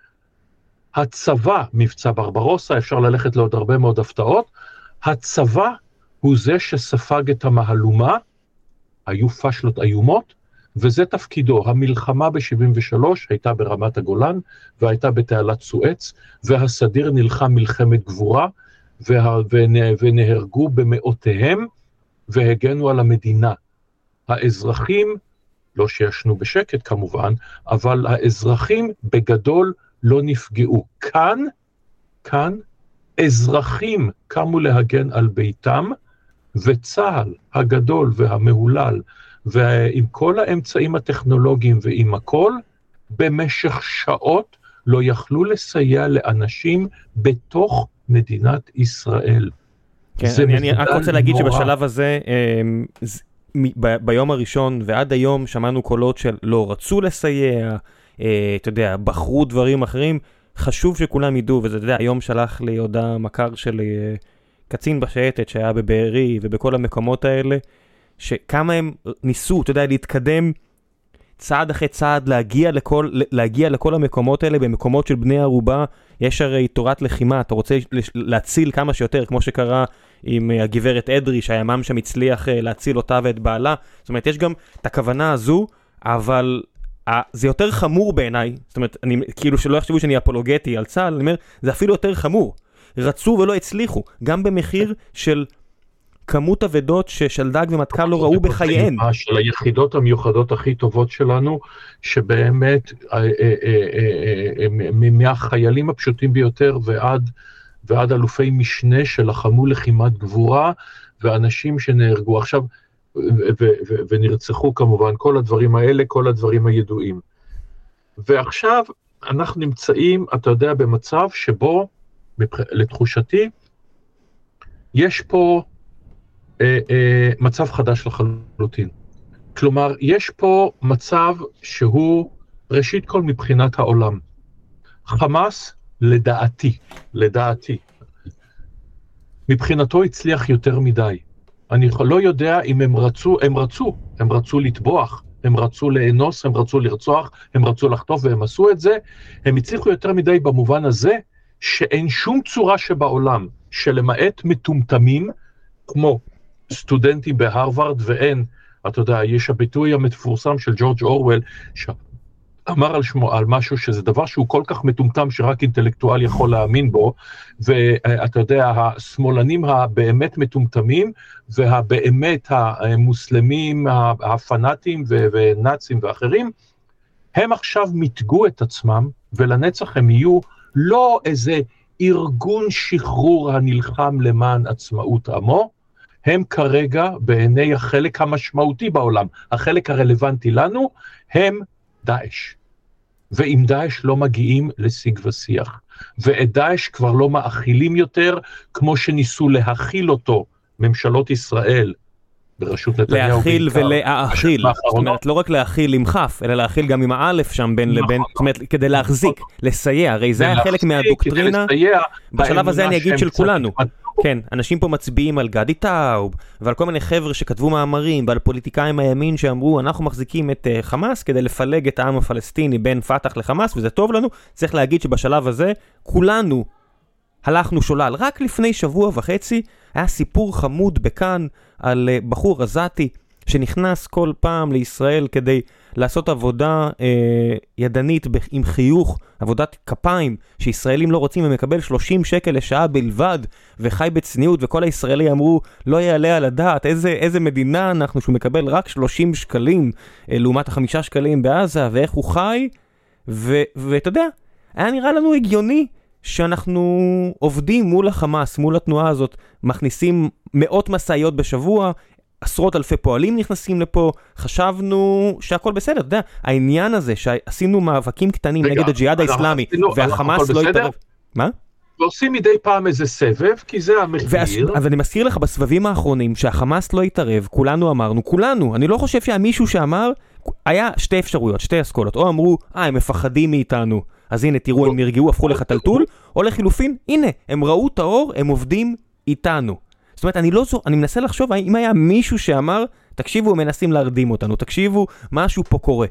הצבא, מבצע ברברוסה, אפשר ללכת לעוד הרבה מאוד הפתעות, הצבא הוא זה שספג את המהלומה, היו פשלות איומות, וזה תפקידו. המלחמה ב-שבעים ושלוש הייתה ברמת הגולן, והייתה בתעלת סואץ, והסדיר נלחם מלחמת גבורה, וה... ונה... ונהרגו במאותיהם, והגנו על המדינה. האזרחים, לא שישנו בשקט כמובן, אבל האזרחים בגדול לא נפגעו. כאן, כאן, אזרחים קמו להגן על ביתם, וצהל הגדול והמהולל, ועם כל האמצעים הטכנולוגיים ועם הכל, במשך שעות לא יכלו לסייע לאנשים בתוך מדינת ישראל. כן, אני, אני רק רוצה להגיד נורא. שבשלב הזה, ב- ביום הראשון ועד היום שמענו קולות של לא רצו לסייע, אתה יודע, בחרו דברים אחרים, חשוב שכולם ידעו, וזה, אתה יודע, היום שלח לי הודעה מכר של קצין בשייטת שהיה בבארי ובכל המקומות האלה, שכמה הם ניסו, אתה יודע, להתקדם, צעד אחרי צעד להגיע לכל, להגיע לכל המקומות האלה, במקומות של בני ערובה, יש הרי תורת לחימה, אתה רוצה להציל כמה שיותר, כמו שקרה עם הגברת אדרי, שהימ"מ שם הצליח להציל אותה ואת בעלה, זאת אומרת, יש גם את הכוונה הזו, אבל זה יותר חמור בעיניי, זאת אומרת, אני, כאילו שלא יחשבו שאני אפולוגטי על צה"ל, אני אומר, זה אפילו יותר חמור, רצו ולא הצליחו, גם במחיר של כמות עבדות ששלדג ומטכ"ל לא ראו בחייהן. של היחידות המיוחדות הכי טובות שלנו, שבאמת מהחיילים הפשוטים ביותר ועד, ועד אלופי משנה שלחמו לחימת גבורה, ואנשים שנהרגו עכשיו, ו- ו- ו- ונרצחו כמובן, כל הדברים האלה, כל הדברים הידועים. ועכשיו אנחנו נמצאים, אתה יודע, במצב שבו, לתחושתי, יש פה אה, אה, מצב חדש לחלוטין. כלומר, יש פה מצב שהוא ראשית כל מבחינת העולם. חמאס, לדעתי, לדעתי, מבחינתו הצליח יותר מדי. אני לא יודע אם הם רצו, הם רצו, הם רצו לטבוח, הם רצו לאנוס, הם רצו לרצוח, הם רצו לחטוף והם עשו את זה. הם הצליחו יותר מדי במובן הזה, שאין שום צורה שבעולם, שלמעט מטומטמים, כמו סטודנטים בהרווארד, ואין, אתה יודע, יש הביטוי המפורסם של ג'ורג' אורוול, שאמר על שמו, על משהו שזה דבר שהוא כל כך מטומטם, שרק אינטלקטואל יכול להאמין בו, ואתה יודע, השמאלנים הבאמת מטומטמים, והבאמת המוסלמים, הפנאטים ונאצים ואחרים, הם עכשיו מתגו את עצמם, ולנצח הם יהיו לא איזה ארגון שחרור הנלחם למען עצמאות עמו, הם כרגע בעיני החלק המשמעותי בעולם, החלק הרלוונטי לנו, הם דאעש. ועם דאעש לא מגיעים לשיג ושיח. ואת דאעש כבר לא מאכילים יותר, כמו שניסו להכיל אותו ממשלות ישראל, בראשות נתניהו. להכיל ולהאכיל, זאת אומרת, לא רק להכיל עם חף, אלא להכיל גם עם האלף שם בין לבין, זאת אומרת, כדי להחזיק, לסייע, הרי זה היה חלק מהדוקטרינה, בשלב הזה אני אגיד של כולנו. כן, אנשים פה מצביעים על גדי טאוב, ועל כל מיני חבר'ה שכתבו מאמרים, ועל פוליטיקאים הימין שאמרו, אנחנו מחזיקים את uh, חמאס כדי לפלג את העם הפלסטיני בין פתח לחמאס, וזה טוב לנו. צריך להגיד שבשלב הזה, כולנו הלכנו שולל. רק לפני שבוע וחצי, היה סיפור חמוד בכאן, על uh, בחור עזתי, שנכנס כל פעם לישראל כדי לעשות עבודה אה, ידנית עם חיוך, עבודת כפיים, שישראלים לא רוצים, ומקבל שלושים שקל לשעה בלבד, וחי בצניעות, וכל הישראלי אמרו, לא יעלה על הדעת, איזה, איזה מדינה אנחנו, שהוא מקבל רק שלושים שקלים, אה, לעומת החמישה שקלים בעזה, ואיך הוא חי, ו, ואתה יודע, היה נראה לנו הגיוני, שאנחנו עובדים מול החמאס, מול התנועה הזאת, מכניסים מאות מסעיות בשבוע, עשרות אלפי פועלים נכנסים לפה, חשבנו שהכל בסדר, אתה יודע, העניין הזה שעשינו מאבקים קטנים נגד הג'יהאד האסלאמי, והחמאס לא יתערב. מה? ועושים מדי פעם איזה סבב, כי זה המחיר. אבל אני מזכיר לך בסבבים האחרונים, שהחמאס לא יתערב, כולנו אמרנו, כולנו, אני לא חושב שהיה מישהו שאמר, היה שתי אפשרויות, שתי אסכולות, או אמרו, אה, הם מפחדים מאיתנו, אז הנה, תראו, הם נרגעו, הפכו לחתלתול, או לחילופין, הנה, הם ראו את האור, הם עובדים איתנו. זאת אומרת, אני לא זו, אני מנסה לחשוב, אם היה מישהו שאמר, תקשיבו, מנסים להרדים אותנו, תקשיבו, משהו פה קורה.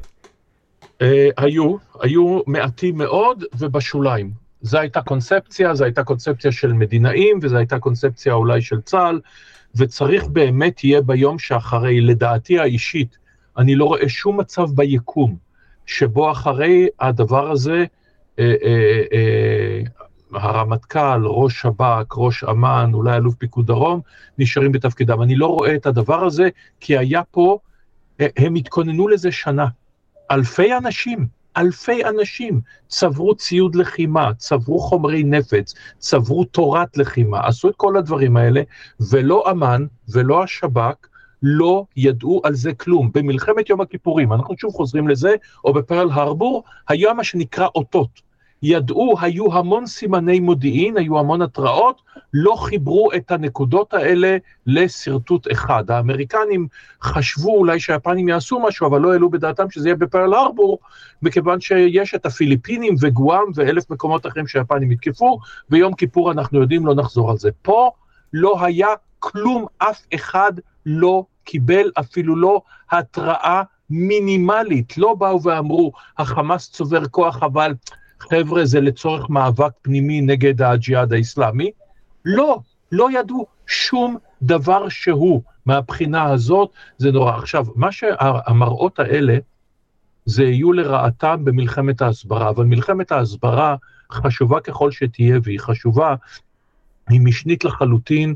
היו, היו מעטים מאוד ובשוליים. זו הייתה קונספציה, זו הייתה קונספציה של מדינאים, וזו הייתה קונספציה אולי של צה"ל, וצריך באמת יהיה ביום שאחרי, לדעתי האישית, אני לא רואה שום מצב ביקום, שבו אחרי הדבר הזה, אה, אה, אה, הרמטכ"ל, ראש שב"כ, ראש אמ"ן, אולי אלוף פיקוד דרום, נשארים בתפקידם. אני לא רואה את הדבר הזה, כי היה פה, הם התכוננו לזה שנה. אלפי אנשים, אלפי אנשים, צברו ציוד לחימה, צברו חומרי נפץ, צברו תורת לחימה, עשו את כל הדברים האלה, ולא אמ"ן ולא השב"כ, לא ידעו על זה כלום. במלחמת יום הכיפורים, אנחנו שוב חוזרים לזה, או בפרל הרבור, היה מה שנקרא אותות. ידעו, היו המון סימני מודיעין, היו המון התראות, לא חיברו את הנקודות האלה לסרטוט אחד. האמריקנים חשבו אולי שהיפנים יעשו משהו, אבל לא העלו בדעתם שזה יהיה בפרל הרבור, מכיוון שיש את הפיליפינים וגואם ואלף מקומות אחרים שהיפנים יתקפו, ויום כיפור אנחנו יודעים, לא נחזור על זה. פה לא היה כלום, אף אחד לא קיבל אפילו לא התראה מינימלית, לא באו ואמרו, החמאס צובר כוח, אבל חבר'ה זה לצורך מאבק פנימי נגד הג'יהאד האסלאמי, לא, לא ידעו שום דבר שהוא מהבחינה הזאת, זה נורא. עכשיו, מה שהמראות האלה, זה יהיו לרעתם במלחמת ההסברה, אבל מלחמת ההסברה חשובה ככל שתהיה, והיא חשובה, היא משנית לחלוטין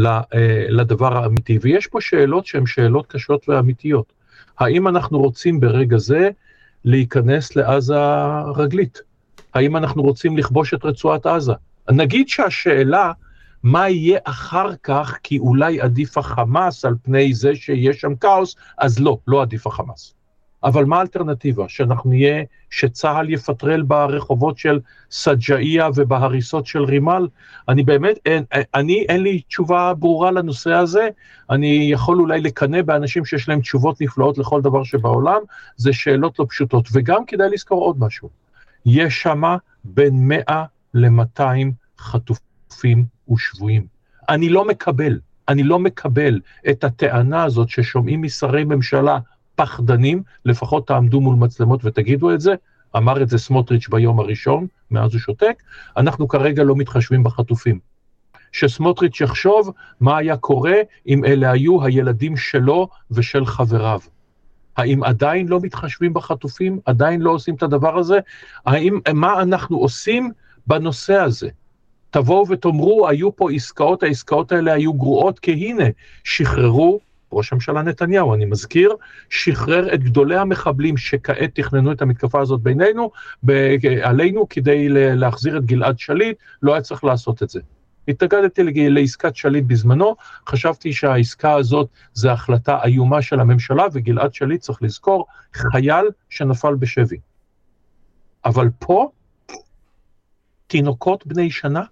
לדבר האמיתי, ויש פה שאלות שהן שאלות קשות ואמיתיות. האם אנחנו רוצים ברגע זה להיכנס לעזה רגלית? האם אנחנו רוצים לכבוש את רצועת עזה? נגיד שהשאלה, מה יהיה אחר כך, כי אולי עדיף החמאס על פני זה שיש שם כאוס, אז לא, לא עדיף החמאס. אבל מה האלטרנטיבה? שאנחנו נהיה, שצהל יפטרל ברחובות של סג'איה ובהריסות של רימל? אני באמת, אין, אני, אין לי תשובה ברורה לנושא הזה, אני יכול אולי לקנא באנשים שיש להם תשובות נפלאות לכל דבר שבעולם, זה שאלות לא פשוטות, וגם כדאי לזכור עוד משהו, יש שמה בין מאה למאתיים חטופים ושבויים. אני לא מקבל, אני לא מקבל את הטענה הזאת ששומעים משרי ממשלה פחדנים, לפחות תעמדו מול מצלמות ותגידו את זה, אמר את זה סמוטריץ' ביום הראשון, מאז הוא שותק, אנחנו כרגע לא מתחשבים בחטופים. שסמוטריץ' יחשוב מה היה קורה אם אלה היו הילדים שלו ושל חבריו. האם עדיין לא מתחשבים בחטופים? עדיין לא עושים את הדבר הזה? האם, מה אנחנו עושים בנושא הזה? תבואו ותאמרו, היו פה עסקאות, העסקאות האלה היו גרועות, כי הנה, שחררו, ראש הממשלה נתניהו, אני מזכיר, שחרר את גדולי המחבלים שכעת תכננו את המתקפה הזאת בינינו, עלינו כדי להחזיר את גלעד שליט, לא היה צריך לעשות את זה. התנגדתי לעסקת שליט בזמנו, חשבתי שהעסקה הזאת זה החלטה איומה של הממשלה, וגלעד שליט צריך לזכור, חייל שנפל בשבי. אבל פה, תינוקות בני שנה,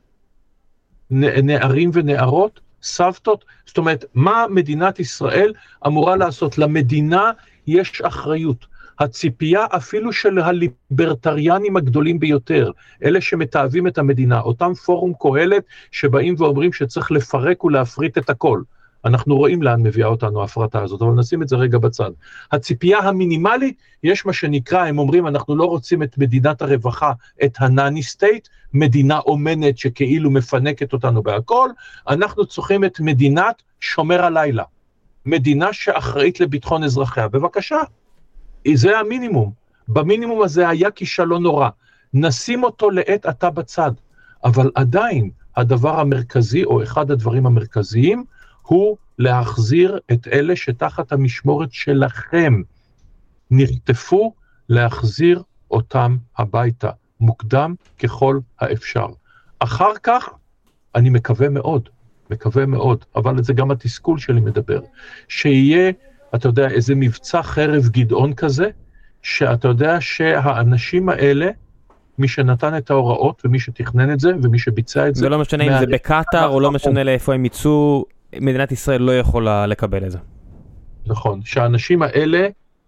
נערים ונערות, סבתות, זאת אומרת, מה מדינת ישראל אמורה לעשות? למדינה יש אחריות. הציפייה אפילו של הליברטריאנים הגדולים ביותר, אלה שמתאהבים את המדינה, אותם פורום קהלת שבאים ואומרים שצריך לפרק ולהפריט את הכל. אנחנו רואים לאן מביאה אותנו ההפרטה הזאת, אבל נשים את זה רגע בצד. הציפייה המינימלית, יש מה שנקרא, הם אומרים, אנחנו לא רוצים את מדינת הרווחה, את הנאני סטייט, מדינה אומנת שכאילו מפנקת אותנו בהכל, אנחנו צריכים את מדינת שומר הלילה, מדינה שאחראית לביטחון אזרחיה. בבקשה, זה המינימום. במינימום הזה היה כישלון נורא. נשים אותו לעת עתה בצד, אבל עדיין הדבר המרכזי, או אחד הדברים המרכזיים, הוא להחזיר את אלה שתחת המשמורת שלכם נחטפו, להחזיר אותם הביתה, מוקדם ככל האפשר. אחר כך, אני מקווה מאוד, מקווה מאוד, אבל זה גם התסכול שלי מדבר, שיהיה, אתה יודע, איזה מבצע חרב גדעון כזה, שאתה יודע שהאנשים האלה, מי שנתן את ההוראות ומי שתכנן את זה ומי שביצע את זה, זה לא משנה אם זה בקטר או לא משנה לאיפה הם יצאו, מדינת ישראל לא יכולה לקבל את זה. נכון, שהאנשים האלה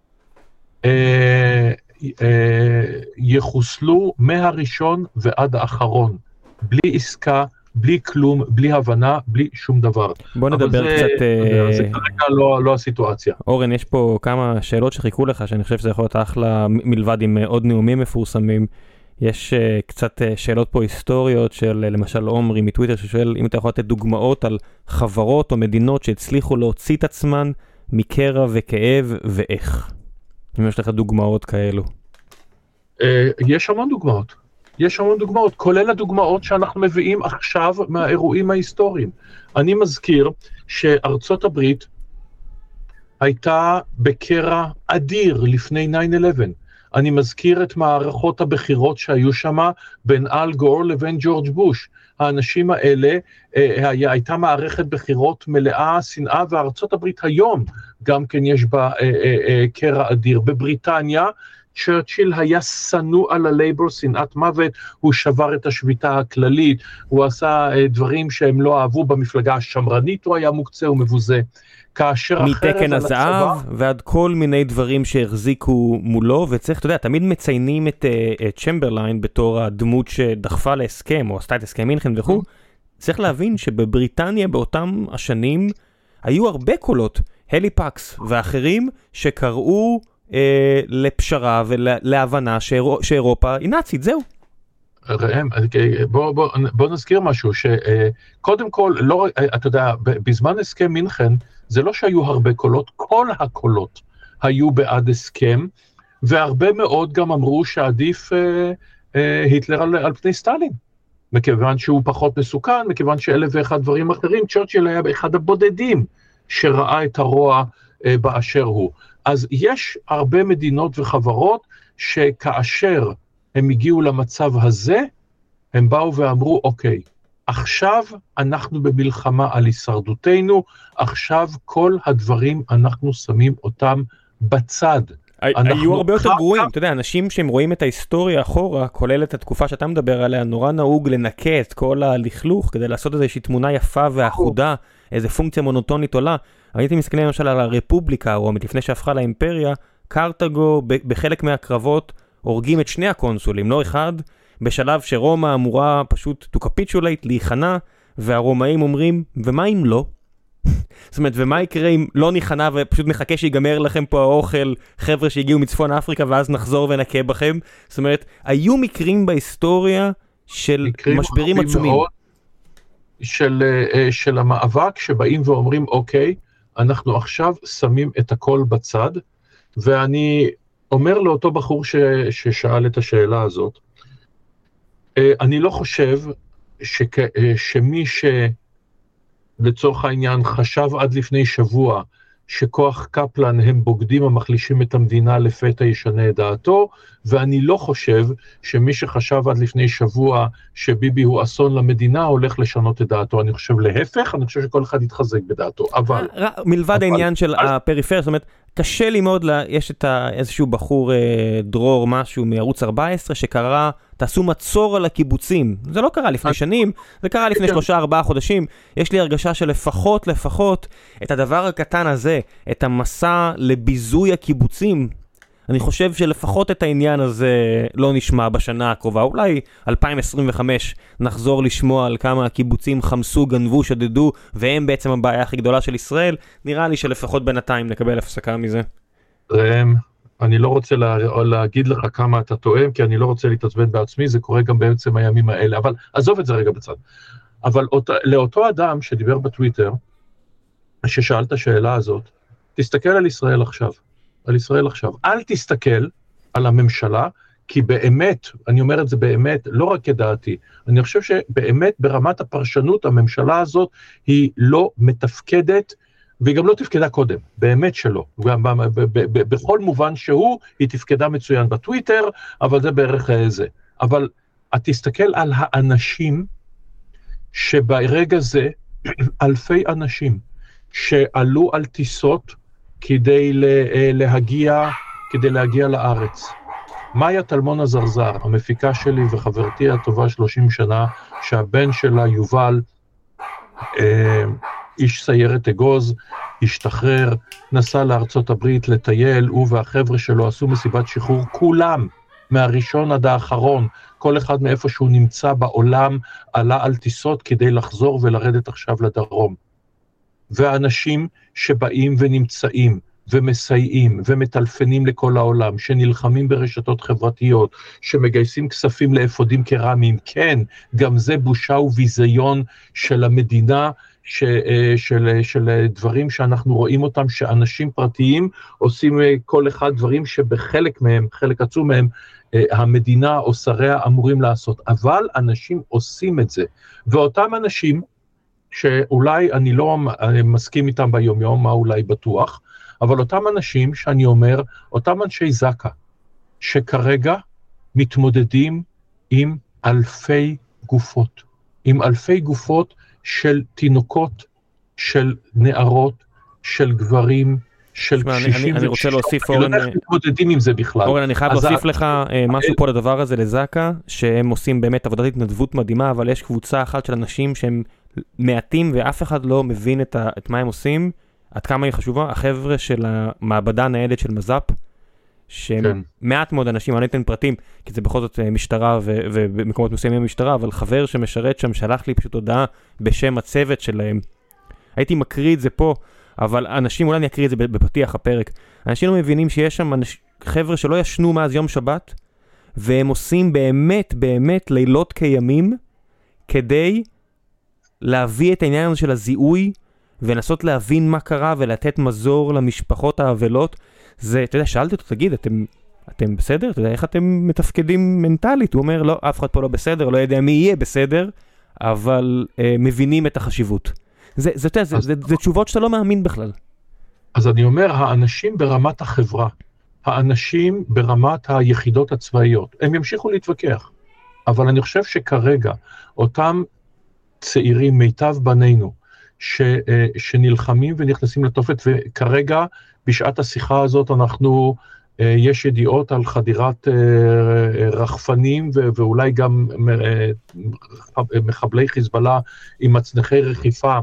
אה, אה, יחוסלו מהראשון ועד האחרון, בלי עסקה, בלי כלום, בלי הבנה, בלי שום דבר. בוא נדבר זה, קצת... זה, זה כרגע לא, לא הסיטואציה. אורן, יש פה כמה שאלות שחיכו לך, שאני חושב שזה יכול להיות אחלה מלבד עם עוד נאומים מפורסמים. יש uh, קצת uh, שאלות פה היסטוריות של uh, למשל עומרי מטוויטר ששואל אם אתה יכול לתת דוגמאות על חברות או מדינות שהצליחו להוציא את עצמן מקרע וכאב ואיך. אם יש לך דוגמאות כאלו. Uh, יש המון דוגמאות. יש המון דוגמאות, כולל הדוגמאות שאנחנו מביאים עכשיו מהאירועים ההיסטוריים. אני מזכיר שארצות הברית הייתה בקרע אדיר לפני תשע אחת עשרה. אני מזכיר את מערכות הבחירות שהיו שם בין אל גור לבין ג'ורג' בוש. האנשים האלה, אה, הייתה מערכת בחירות מלאה שנאה, וארצות הברית היום גם כן יש בה אה, אה, אה, קרע אדיר. בבריטניה, צ'רצ'יל היה שנוא על הלייבור, שנאת מוות, הוא שבר את השביתה הכללית, הוא עשה אה, דברים שהם לא אהבו במפלגה השמרנית, הוא היה מוקצה ומבוזה. כאשר מתקן הזהב ועד כל מיני דברים שהחזיקו מולו, וצריך, אתה יודע, תמיד מציינים את, את צ'מברליין בתור הדמות שדחפה להסכם, או עשתה את הסכם מינכן וכו'. צריך להבין שבבריטניה באותם השנים היו הרבה קולות, הלי פאקס ואחרים שקראו אה, לפשרה ולהבנה שאיר, שאירופה היא נאצית, זהו. ראם, בוא, בוא, בוא נזכיר משהו, שקודם כל, לא, אתה יודע, בזמן הסכם מינכן, זה לא שהיו הרבה קולות, כל הקולות היו בעד הסכם, והרבה מאוד גם אמרו שעדיף אה, אה, היטלר על, על פני סטלין, מכיוון שהוא פחות מסוכן, מכיוון שאלה ואחד דברים אחרים, צ'רצ'יל היה באחד הבודדים שראה את הרוע אה, באשר הוא. אז יש הרבה מדינות וחברות שכאשר הם הגיעו למצב הזה, הם באו ואמרו, אוקיי, עכשיו אנחנו במלחמה על הישרדותנו, עכשיו כל הדברים אנחנו שמים אותם בצד. היו הרבה יותר גרועים, אתה יודע, אנשים שהם רואים את ההיסטוריה אחורה, כולל את התקופה שאתה מדבר עליה, נורא נהוג לנקה את כל הלכלוך, כדי לעשות איזושהי תמונה יפה ואחודה, איזו פונקציה מונוטונית עולה. הייתי מסתכלים למשל על הרפובליקה הרומית, לפני שהפכה לאימפריה, קרתגו בחלק מהקרבות הורגים את שני הקונסולים, לא אחד, בשלב שרומא אמורה פשוט to capitulate, להיכנע, והרומאים אומרים, ומה אם לא? זאת אומרת, ומה יקרה אם לא ניכנע ופשוט מחכה שיגמר לכם פה האוכל, חבר'ה שהגיעו מצפון אפריקה, ואז נחזור ונקה בכם? זאת אומרת, היו מקרים בהיסטוריה של משברים עצומים. של, של המאבק שבאים ואומרים, אוקיי, אנחנו עכשיו שמים את הכל בצד, ואני אומר לאותו בחור ש, ששאל את השאלה הזאת, אני לא חושב שכ, שמי שלצורך העניין חשב עד לפני שבוע שכוח קפלן הם בוגדים המחלישים את המדינה לפתע ישנה את דעתו, ואני לא חושב שמי שחשב עד לפני שבוע שביבי הוא אסון למדינה הולך לשנות את דעתו. אני חושב להפך, אני חושב שכל אחד יתחזק בדעתו, אבל... מלבד העניין של הפריפריה, זאת אומרת, קשה לי מאוד, יש את איזשהו בחור דרור משהו מערוץ ארבע עשרה שקרא, תעשו מצור על הקיבוצים. זה לא קרה לפני שנים, זה קרה לפני שלושה ארבעה חודשים. יש לי הרגשה שלפחות, לפחות, את הדבר הקטן הזה, את המסע לביזוי הקיבוצים, אני חושב שלפחות את העניין הזה לא נשמע בשנה הקרובה. אולי אלפיים עשרים וחמש נחזור לשמוע על כמה הקיבוצים חמסו, גנבו, שדדו, והם בעצם הבעיה הכי גדולה של ישראל. נראה לי שלפחות בינתיים נקבל הפסקה מזה. ראם, אני לא רוצה לה, להגיד לך כמה אתה טועם, כי אני לא רוצה להתעצבן בעצמי, זה קורה גם בעצם הימים האלה, אבל עזוב את זה רגע בצד. אבל אות, לאותו אדם שדיבר בטוויטר, ששאל את השאלה הזאת, תסתכל על ישראל עכשיו. על ישראל עכשיו. אל תסתכל על הממשלה, כי באמת, אני אומר את זה באמת, לא רק כדעתי, אני חושב שבאמת ברמת הפרשנות, הממשלה הזאת היא לא מתפקדת, והיא גם לא תפקדה קודם, באמת שלא. בכל מובן שהוא, היא תפקדה מצוין בטוויטר, אבל זה בערך זה. אבל את תסתכל על האנשים, שברגע זה, אלפי אנשים, שעלו על טיסות, כדי להגיע, כדי להגיע לארץ. מאיה טלמון הזרזר, המפיקה שלי וחברתי הטובה שלושים שנה, שהבן שלה יובל, אה, איש סיירת אגוז, השתחרר, נסע לארצות הברית לטייל, הוא והחבר'ה שלו עשו מסיבת שחרור, כולם, מהראשון עד האחרון, כל אחד מאיפה שהוא נמצא בעולם, עלה על טיסות כדי לחזור ולרדת עכשיו לדרום. והאנשים שבאים ונמצאים ומסייעים ומטלפנים לכל העולם, שנלחמים ברשתות חברתיות, שמגייסים כספים לאפודים קרמיים, כן, גם זה בושה וביזיון של המדינה, ש, של, של דברים שאנחנו רואים אותם, שאנשים פרטיים עושים כל אחד דברים שבחלק מהם, חלק עצום מהם, המדינה או שריה אמורים לעשות, אבל אנשים עושים את זה, ואותם אנשים, שאולי אני לא מסכים איתם ביום יום, מה אולי בטוח, אבל אותם אנשים שאני אומר, אותם אנשי זקה, שכרגע מתמודדים עם אלפי גופות, עם אלפי גופות של תינוקות, של נערות, של גברים, של קשישים. אני רוצה להוסיף, אורן, איך מתמודדים עם זה בכלל. אורן, אני חייב להוסיף לך משהו פה לדבר הזה לזקה, שהם עושים באמת עבודת התנדבות מדהימה, אבל יש קבוצה אחת של אנשים שהם מעטים ואף אחד לא מבין את, ה, את מה הם עושים, עד כמה היא חשובה. החבר'ה של המעבדה הניידת של מז"פ, שהם כן. מעט מאוד אנשים, אני אתן פרטים, כי זה בכל זאת משטרה ו, ובמקומות מסוימים משטרה, אבל חבר שמשרת שם שלח לי פשוט הודעה בשם הצוות שלהם. הייתי מקריא את זה פה, אבל אנשים, אולי אני אקריא את זה בפתיח הפרק, אנשים לא מבינים שיש שם אנש... חבר'ה שלא ישנו מאז יום שבת, והם עושים באמת, באמת לילות כימים, כדי להביא את העניין הזה של הזיהוי, ולנסות להבין מה קרה, ולתת מזור למשפחות האבלות. זה, אתה יודע, שאלתי אותו, תגיד, אתם, אתם בסדר? אתה יודע, איך אתם מתפקדים מנטלית? הוא אומר, לא, אף אחד פה לא בסדר, לא יודע מי יהיה בסדר, אבל אה, מבינים את החשיבות. זה, זה, זה, זה, זה, זה תשובות שאתה לא מאמין בכלל. אז אני אומר, האנשים ברמת החברה, האנשים ברמת היחידות הצבאיות, הם ימשיכו להתווכח. אבל אני חושב שכרגע, אותם צעירים, מיטב בנינו, ש, שנלחמים ונכנסים לתופת, וכרגע, בשעת השיחה הזאת, אנחנו, יש ידיעות על חדירת רחפנים, ואולי גם מחבלי חיזבאללה עם מצנחי רכיפה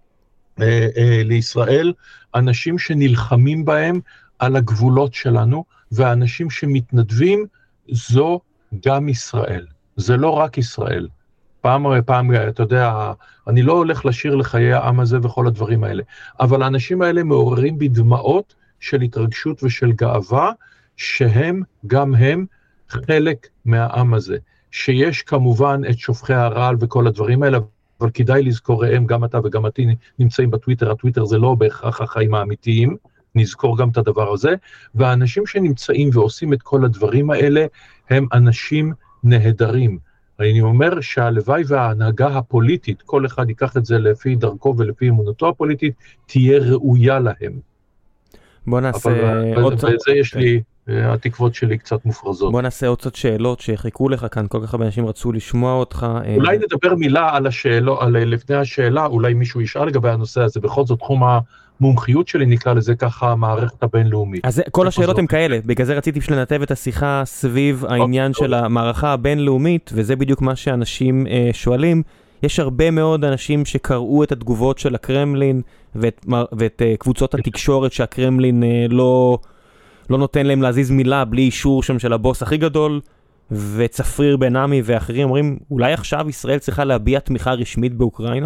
לישראל, אנשים שנלחמים בהם על הגבולות שלנו, והאנשים שמתנדבים, זו גם ישראל. זה לא רק ישראל. פעם פעם, אתה יודע, אני לא הולך לשיר לחיי העם הזה וכל הדברים האלה, אבל האנשים האלה מעוררים בדמעות של התרגשות ושל גאווה, שהם, גם הם, חלק מהעם הזה. שיש כמובן את שופכי הרעל וכל הדברים האלה, אבל כדאי לזכור, הם, גם אתה וגם אתי נמצאים בטוויטר, הטוויטר זה לא בהכרח החיים האמיתיים, נזכור גם את הדבר הזה, והאנשים שנמצאים ועושים את כל הדברים האלה, הם אנשים נהדרים. אני אומר שהלוואי וההנהגה הפוליטית, כל אחד ייקח את זה לפי דרכו ולפי אמונתו הפוליטית, תהיה ראויה להם. בוא נעשה אבל, עוד... וזה יש לי, התקוות שלי קצת מופרזות. בוא נעשה עוד קצת שאלות שחיכו לך כאן, כל כך הרבה אנשים רצו לשמוע אותך. אולי נדבר מילה על השאלות, על לפני השאלה, אולי מישהו ישאל לגבי הנושא הזה, בכל זאת תחום המומחיות שלי נקרא לזה ככה המערכת הבינלאומית. אז כל השאלות הן כאלה, בגלל זה רציתי לנתב את השיחה סביב העניין של המערכה הבינלאומית, וזה בדיוק מה שאנשים שואלים. יש הרבה מאוד אנשים שקראו את התגובות של הקרמלין, ואת, ואת קבוצות התקשורת שהקרמלין לא... לא נותן להם להזיז מילה בלי אישור שם של הבוס הכי גדול, וצפריר בן עמי ואחרים אומרים, אולי עכשיו ישראל צריכה להביע תמיכה רשמית באוקראינה?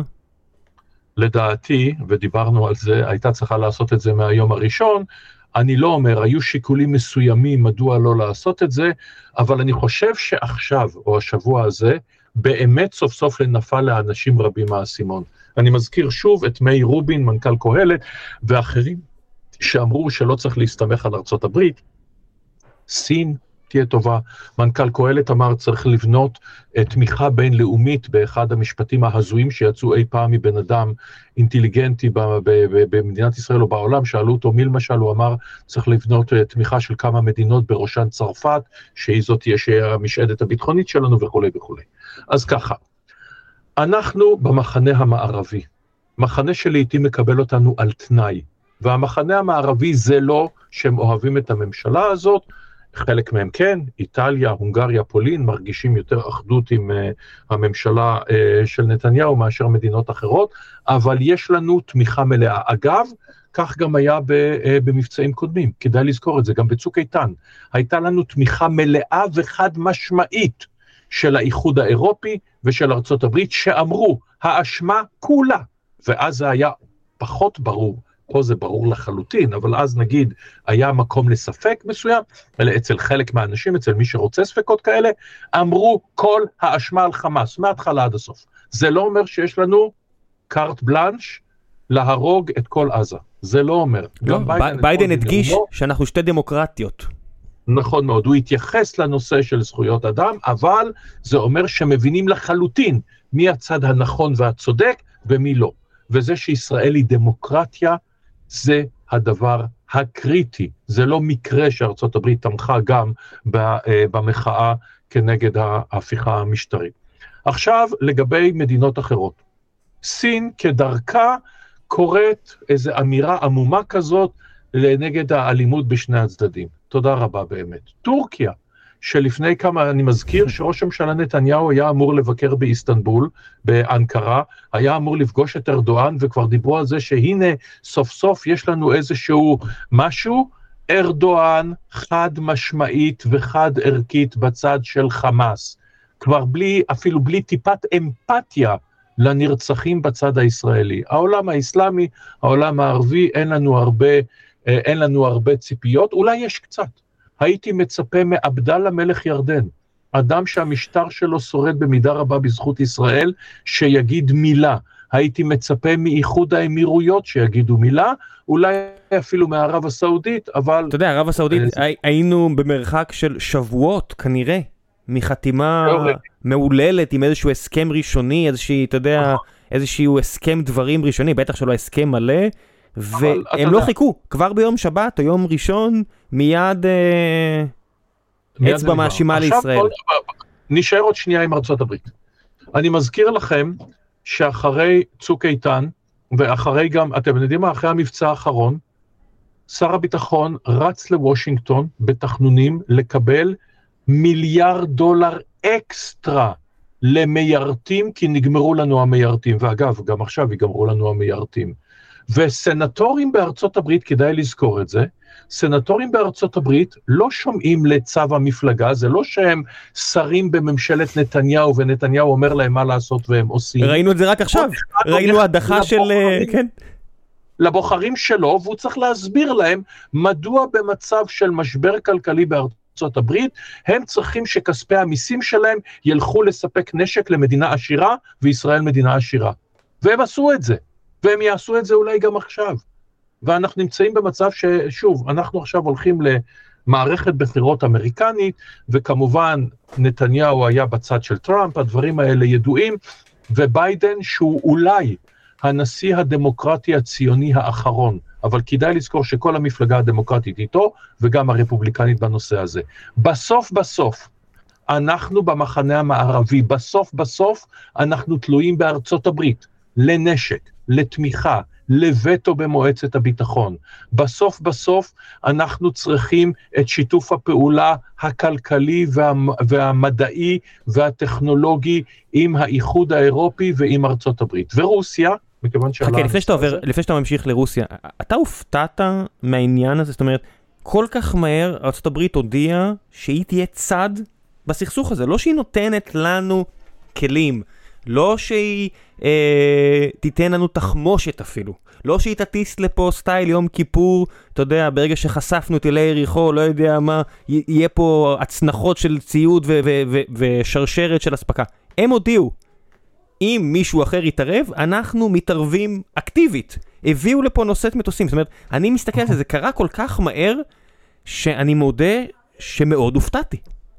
לדעתי, ודיברנו על זה, הייתה צריכה לעשות את זה מהיום הראשון, אני לא אומר, היו שיקולים מסוימים מדוע לא לעשות את זה, אבל אני חושב שעכשיו, או השבוע הזה, באמת סוף סוף לנפל לאנשים רבים מהאסימון. אני מזכיר שוב את מי רובין, מנכ"ל קהלת, ואחרים, שאמרו שלא צריך להסתמך על ארצות הברית, סין תהיה טובה, מנכ"ל קהלת אמר צריך לבנות תמיכה בינלאומית באחד המשפטים ההזויים שיצאו אי פעם מבן אדם אינטליגנטי במדינת ישראל או בעולם, שאלו אותו מי למשל, הוא אמר צריך לבנות תמיכה של כמה מדינות בראשן צרפת, שהיא זאת תהיה המשעדת הביטחונית שלנו וכו' וכו'. אז ככה, אנחנו במחנה המערבי, מחנה שלעיתים מקבל אותנו על תנאי, והמחנה המערבי זה לא שהם אוהבים את הממשלה הזאת, חלק מהם כן, איטליה, הונגריה, פולין, מרגישים יותר אחדות עם uh, הממשלה uh, של נתניהו מאשר מדינות אחרות, אבל יש לנו תמיכה מלאה. אגב, כך גם היה ב, uh, במבצעים קודמים, כדאי לזכור את זה, גם בצוק איתן, הייתה לנו תמיכה מלאה וחד משמעית של האיחוד האירופי ושל ארצות הברית, שאמרו, האשמה כולה, ואז זה היה פחות ברור, פה זה ברור לחלוטין, אבל אז נגיד היה מקום לספק מסוים, אלא אצל חלק מהאנשים, אצל מי שרוצה ספקות כאלה, אמרו כל האשמה על חמאס, מההתחלה עד הסוף. זה לא אומר שיש לנו קארט בלנש להרוג את כל עזה. זה לא אומר. לא, ביידן, ביידן הדגיש נאומו, שאנחנו שתי דמוקרטיות. נכון מאוד, הוא התייחס לנושא של זכויות אדם, אבל זה אומר שמבינים לחלוטין מי הצד הנכון והצודק ומי לא. וזה שישראל היא דמוקרטיה, זה הדבר הקריטי. זה לא מקרה שארצות הברית תמכה גם במחאה כנגד ההפיכה המשטרית. עכשיו, לגבי מדינות אחרות. סין כדרכה קוראת איזו אמירה עמומה כזאת לנגד האלימות בשני הצדדים. תודה רבה באמת. טורקיה, שלפני כמה, אני מזכיר שראש הממשלה נתניהו היה אמור לבקר באיסטנבול, באנקרה, היה אמור לפגוש את ארדואן, וכבר דיברו על זה שהנה סוף סוף יש לנו איזשהו משהו, ארדואן חד משמעית וחד ערכית בצד של חמאס, כבר בלי, אפילו בלי טיפת אמפתיה לנרצחים בצד הישראלי. העולם האסלאמי, העולם הערבי, אין לנו הרבה, אין לנו הרבה ציפיות, אולי יש קצת. הייתי מצפה מעבדאללה מלך ירדן, אדם שהמשטר שלו שורד במידה רבה בזכות ישראל, שיגיד מילה. הייתי מצפה מאיחוד האמירויות שיגידו מילה, אולי אפילו מערב הסעודית, אבל... אתה יודע, ערב הסעודית, היינו במרחק של שבועות, כנראה, מחתימה מעוללת עם איזשהו הסכם ראשוני, איזושהי, אתה יודע, איזשהו הסכם דברים ראשוני, בטח שלא הסכם מלא, והם לא חיכו, כבר ביום שבת או יום ראשון, מיד אצבע מאשימה לישראל. נשאר עוד שנייה עם ארצות הברית. אני מזכיר לכם שאחרי צוק איתן, ואחרי גם, אתם יודעים מה, אחרי המבצע האחרון, שר הביטחון רץ לוושינגטון בתכנונים לקבל מיליארד דולר אקסטרה למיירטים, כי נגמרו לנו המיירטים, ואגב, גם עכשיו ייגמרו לנו המיירטים. וסנטורים בארצות הברית, כדאי לזכור את זה, סנטורים בארצות הברית לא שומעים לצו המפלגה, זה לא שהם שרים בממשלת נתניהו, ונתניהו אומר להם מה לעשות והם עושים. ראינו את זה רק עכשיו, ראינו הדחה של... כן. לבוחרים שלו, והוא צריך להסביר להם מדוע במצב של משבר כלכלי בארצות הברית, הם צריכים שכספי המיסים שלהם ילכו לספק נשק למדינה עשירה, וישראל מדינה עשירה. והם עשו את זה, והם יעשו את זה אולי גם עכשיו. ואנחנו נמצאים במצב ששוב, אנחנו עכשיו הולכים למערכת בחירות אמריקנית, וכמובן נתניהו היה בצד של טראמפ, הדברים האלה ידועים, וביידן שהוא אולי הנשיא הדמוקרטי הציוני האחרון, אבל כדאי לזכור שכל המפלגה הדמוקרטית איתו, וגם הרפובליקנית בנושא הזה. בסוף בסוף, אנחנו במחנה המערבי, בסוף בסוף, אנחנו תלויים בארצות הברית, לנשק, לתמיכה, לווטו במועצת הביטחון. בסוף בסוף אנחנו צריכים את שיתוף הפעולה הכלכלי וה, והמדעי והטכנולוגי עם האיחוד האירופי ועם ארצות הברית. ורוסיה, מכיוון שעלה... חכה, לפני שאתה עובר, לפני שאתה ממשיך לרוסיה, אתה הופתעת מהעניין הזה? זאת אומרת, כל כך מהר ארצות הברית הודיעה שהיא תהיה צד בסכסוך הזה, לא שהיא נותנת לנו כלים, לא שהיא אה, תיתן לנו תחמושת אפילו, לא שהיא תטיס לפה סטייל יום כיפור, אתה יודע, ברגע שחשפנו טילי יריחו, לא יודע מה, יהיה פה הצנחות של ציוד ו- ו- ו- ושרשרת של הספקה. הם הודיעו, אם מישהו אחר יתערב, אנחנו מתערבים אקטיבית. הביאו לפה נושאת מטוסים, זאת אומרת, אני מסתכל על זה, זה קרה כל כך מהר, שאני מודה שמאוד הופתעתי.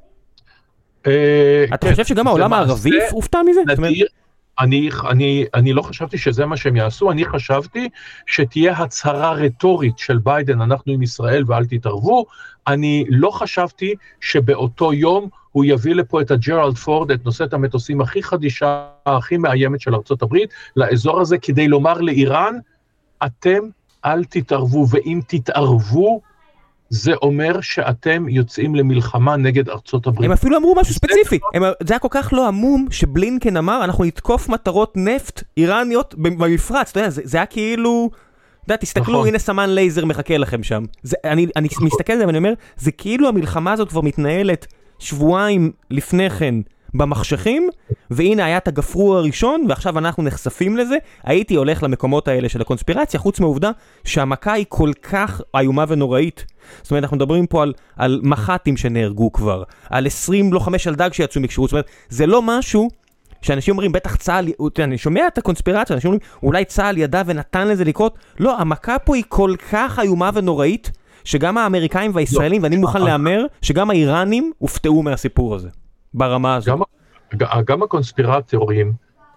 אתה חושב שגם העולם הערבי הופתע מזה? אני, אני, אני לא חשבתי שזה מה שהם יעשו, אני חשבתי שתהיה הצהרה רטורית של ביידן, אנחנו עם ישראל ואל תתערבו, אני לא חשבתי שבאותו יום הוא יביא לפה את הג'רלד פורד, את נושאת המטוסים הכי חדישה, הכי מאיימת של ארצות הברית, לאזור הזה כדי לומר לאיראן, אתם אל תתערבו, ואם תתערבו, זה אומר שאתם יוצאים למלחמה נגד ארצות הברית. הם אפילו אמרו משהו ספציפי. הם, זה היה כל כך לא עמום שבלינקן אמר, אנחנו נתקוף מטרות נפט איראניות במפרץ. אתה יודע, זה, זה היה כאילו, אתה יודע, תסתכלו, נכון. הנה סמן לייזר מחכה לכם שם. זה, אני, אני נכון. מסתכל על זה ואני אומר, זה כאילו המלחמה הזאת כבר מתנהלת שבועיים לפני כן במחשכים, והנה היה את הגפרור הראשון, ועכשיו אנחנו נחשפים לזה. הייתי הולך למקומות האלה של הקונספירציה, חוץ מהעובדה שהמכה היא כל כך איומה ונוראית. זאת אומרת, אנחנו מדברים פה על, על מח"טים שנהרגו כבר, על עשרים לוחמי שלדג שיצאו מקשירות. זאת אומרת, זה לא משהו שאנשים אומרים, בטח צה"ל, אני שומע את הקונספירציה, אנשים אומרים, אולי צה"ל ידע ונתן לזה לקרות. לא, המכה פה היא כל כך איומה ונוראית, שגם האמריקאים והישראלים, ואני מוכן לאמר, שגם האיראנים הופתעו מהסיפור הזה. ברמה הזו. גם, גם הקונספירטורים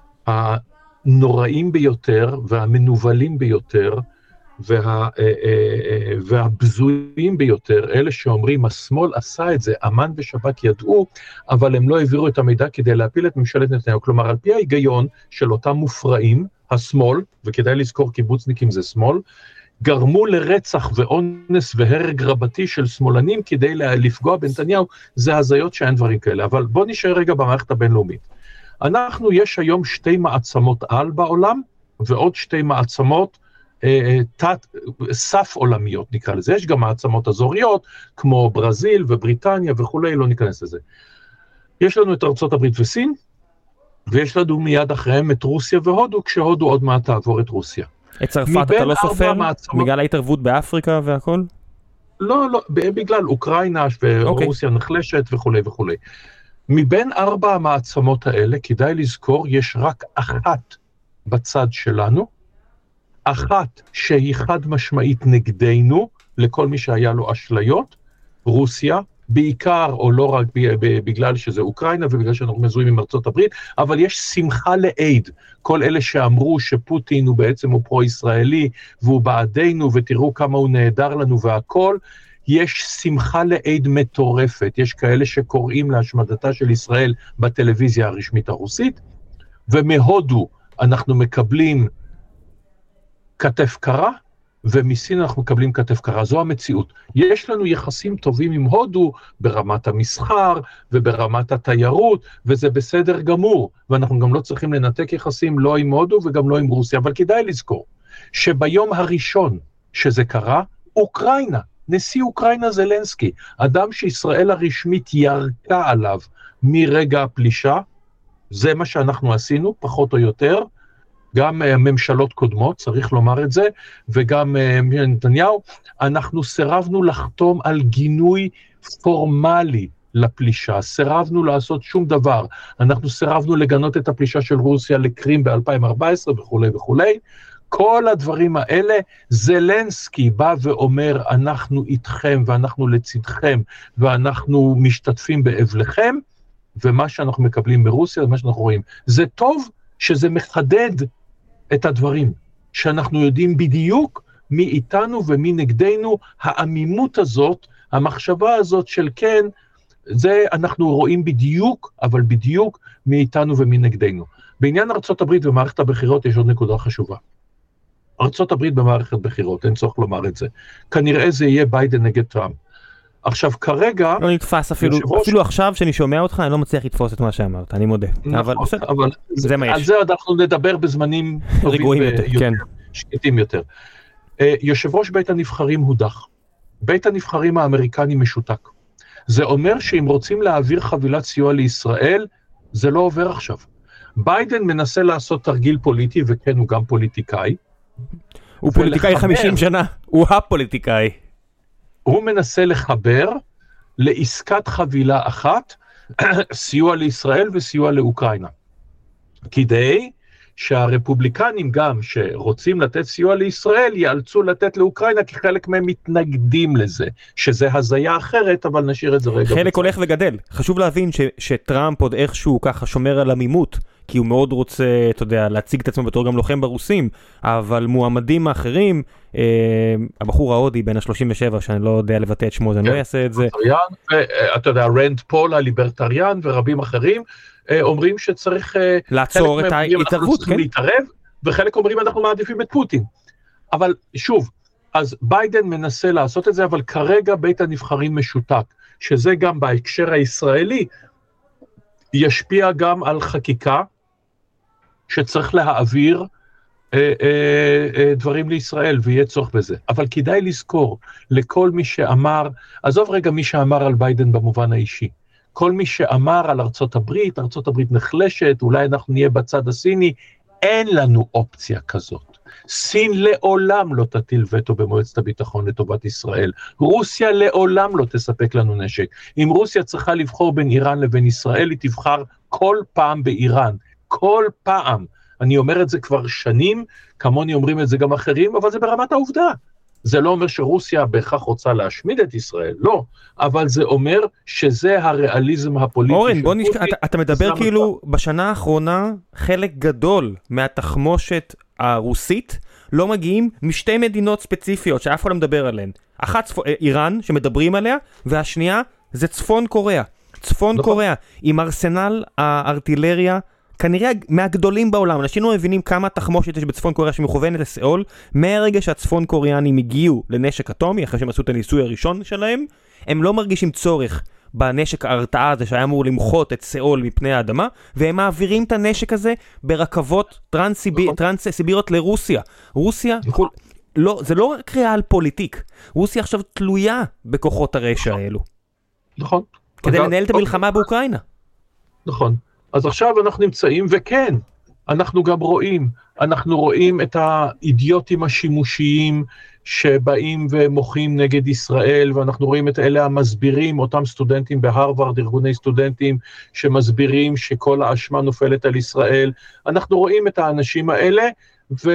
הנוראים ביותר והמנובלים ביותר וה, והבזויים ביותר, אלה שאומרים, השמאל עשה את זה, אמן ושב"כ ידעו, אבל הם לא העבירו את המידע כדי להפיל את ממשלת נתניהו. כלומר, על פי ההיגיון של אותם מופרעים, השמאל, וכדאי לזכור קיבוצניקים זה שמאל, גרמו לרצח ואונס והרג רבתי של שמאלנים כדי לפגוע בנתניהו, זה הזיות שאין דברים כאלה. אבל בוא נשאר רגע במערכת הבינלאומית. אנחנו, יש היום שתי מעצמות על בעולם, ועוד שתי מעצמות אה, תת, סף עולמיות נקרא לזה. יש גם מעצמות אזוריות, כמו ברזיל ובריטניה וכולי, לא ניכנס לזה. יש לנו את ארצות הברית וסין, ויש לנו מיד אחריהם את רוסיה והודו, כשהודו עוד מעט תעבור את רוסיה. את צרפת אתה לא סופר? מעצמות... בגלל ההתערבות באפריקה והכל? לא, לא, בגלל אוקראינה ורוסיה okay. נחלשת וכו' וכו'. מבין ארבע המעצמות האלה, כדאי לזכור, יש רק אחת בצד שלנו, אחת שהיא חד משמעית נגדנו, לכל מי שהיה לו אשליות, רוסיה, בעיקר או לא רק בגלל שזה אוקראינה ובגלל שאנחנו מזוהים עם ארצות הברית, אבל יש שמחה לעיד. כל אלה שאמרו שפוטין הוא בעצם הוא פרו-ישראלי והוא בעדינו ותראו כמה הוא נהדר לנו והכל, יש שמחה לעיד מטורפת. יש כאלה שקוראים להשמדתה של ישראל בטלוויזיה הרשמית הרוסית, ומהודו אנחנו מקבלים כתף קרה, ומסין אנחנו מקבלים כתף קרה. זו המציאות. יש לנו יחסים טובים עם הודו ברמת המסחר וברמת התיירות, וזה בסדר גמור, ואנחנו גם לא צריכים לנתק יחסים לא עם הודו וגם לא עם רוסיה, אבל כדאי לזכור שביום הראשון שזה קרה, אוקראינה, נשיא אוקראינה זלנסקי, אדם שישראל הרשמית ירקה עליו מרגע הפלישה, זה מה שאנחנו עשינו, פחות או יותר, גם ממשלות קודמות, צריך לומר את זה, וגם נתניהו, אנחנו סירבנו לחתום על גינוי פורמלי לפלישה, סירבנו לעשות שום דבר, אנחנו סירבנו לגנות את הפלישה של רוסיה לקרים ב-אלפיים וארבע עשרה וכו' וכו'. כל הדברים האלה, זלנסקי בא ואומר, אנחנו איתכם ואנחנו לצדכם, ואנחנו משתתפים באבלכם, ומה שאנחנו מקבלים ברוסיה, זה מה שאנחנו רואים. זה טוב שזה מחדד את הדברים, שאנחנו יודעים בדיוק מי איתנו ומי נגדנו, העמימות הזאת, המחשבה הזאת של כן, זה אנחנו רואים בדיוק, אבל בדיוק מי איתנו ומי נגדנו. בעניין ארצות הברית ומערכת הבחירות יש עוד נקודה חשובה. ארצות הברית במערכת בחירות, אין צורך לומר את זה. כנראה זה יהיה ביידן נגד טראמפ. עכשיו, כרגע... לא נתפס אפילו, יושב אפילו ראש... עכשיו שאני שומע אותך, אני לא מצליח לתפוס את מה שאמרת, אני מודה. נכון, אבל בסדר, אבל זה מה יש. על זה אנחנו נדבר בזמנים רגועים יותר, יותר, כן. שקטים יותר. יושב ראש בית הנבחרים הודח. בית הנבחרים האמריקני משותק. זה אומר שאם רוצים להעביר חבילת סיוע לישראל, זה לא עובר עכשיו. ביידן מנסה לעשות תרגיל פוליטי, וכן, הוא גם פוליטיקאי. הוא פוליטיקאי חמישים שנה, הוא הפוליטיקאי. הוא מנסה לחבר לעסקת חבילה אחת, סיוע לישראל וסיוע לאוקראינה. כדי שהרפובליקנים גם שרוצים לתת סיוע לישראל, יאלצו לתת לאוקראינה, כי חלק מהם מתנגדים לזה, שזה הזיה אחרת, אבל נשאיר את זה רגע. חלק הולך וגדל. חשוב להבין ש- שטראמפ עוד איכשהו ככה שומר על עמימות, כי הוא מאוד רוצה, אתה יודע, להציג את עצמו בתור גם לוחם ברוסים, אבל מועמדים האחרים, אה, הבחור ההודי בין ה-שלושים ושבע, שאני לא יודע לבטא את שמו, אז אני לא אעשה את זה. אתה יודע, רנד פול, הליברטריאן ורבים אחרים, אומרים שצריך... לעצור את ההתערבות, כן? להתערב, וחלק אומרים אנחנו מעדיפים את פוטין. אבל שוב, אז ביידן מנסה לעשות את זה, אבל כרגע בית הנבחרים משותק, שזה גם בהקשר הישראלי, ישפיע גם על חקיקה, שצריך להעביר אה, אה, אה, דברים לישראל, ויהיה צורך בזה. אבל כדאי לזכור, לכל מי שאמר, עזוב רגע מי שאמר על ביידן במובן האישי, כל מי שאמר על ארצות הברית, ארצות הברית נחלשת, אולי אנחנו נהיה בצד הסיני, אין לנו אופציה כזאת. סין לעולם לא תטיל וטו במועצת הביטחון לטובת ישראל. רוסיה לעולם לא תספק לנו נשק. אם רוסיה צריכה לבחור בין איראן לבין ישראל, היא תבחר כל פעם באיראן. כל פעם. אני אומר את זה כבר שנים, כמוני אומרים את זה גם אחרים, אבל זה ברמת העובדה. זה לא אומר שרוסיה בהכרח רוצה להשמיד את ישראל, לא, אבל זה אומר שזה הריאליזם הפוליטי. אורן, בוא נשכח, אתה, אתה מדבר כאילו מצב. בשנה האחרונה חלק גדול מהתחמושת הרוסית לא מגיעים משתי מדינות ספציפיות שאף אחד לא מדבר עליהן. אחת צפ... איראן שמדברים עליה, והשנייה זה צפון קוריאה. צפון נכון. קוריאה עם ארסנל הארטילריה כנראה מהגדולים בעולם. אנשים לא מבינים כמה תחמושת יש בצפון קוריאה שמכוונת לסאול, מהרגע שהצפון קוריאנים הגיעו לנשק אטומי, אחרי שהם עשו את הניסוי הראשון שלהם, הם לא מרגישים צורך בנשק ההרתעה הזה שהיה אמור למחות את סאול מפני האדמה, והם מעבירים את הנשק הזה ברכבות טרנס-סיביריות לרוסיה. רוסיה, לא, זה לא רק קריאה על פוליטיק, רוסיה עכשיו תלויה בכוחות הרשע האלו. נכון. כדי לנהל את המלחמה באוקראינה. נכון. אז עכשיו אנחנו נמצאים, וכן, אנחנו גם רואים, אנחנו רואים את האידיוטים השימושיים שבאים ומוחים נגד ישראל, ואנחנו רואים את אלה המסבירים, אותם סטודנטים בהרווארד, ארגוני סטודנטים שמסבירים שכל האשמה נופלת על ישראל. אנחנו רואים את האנשים האלה, ו...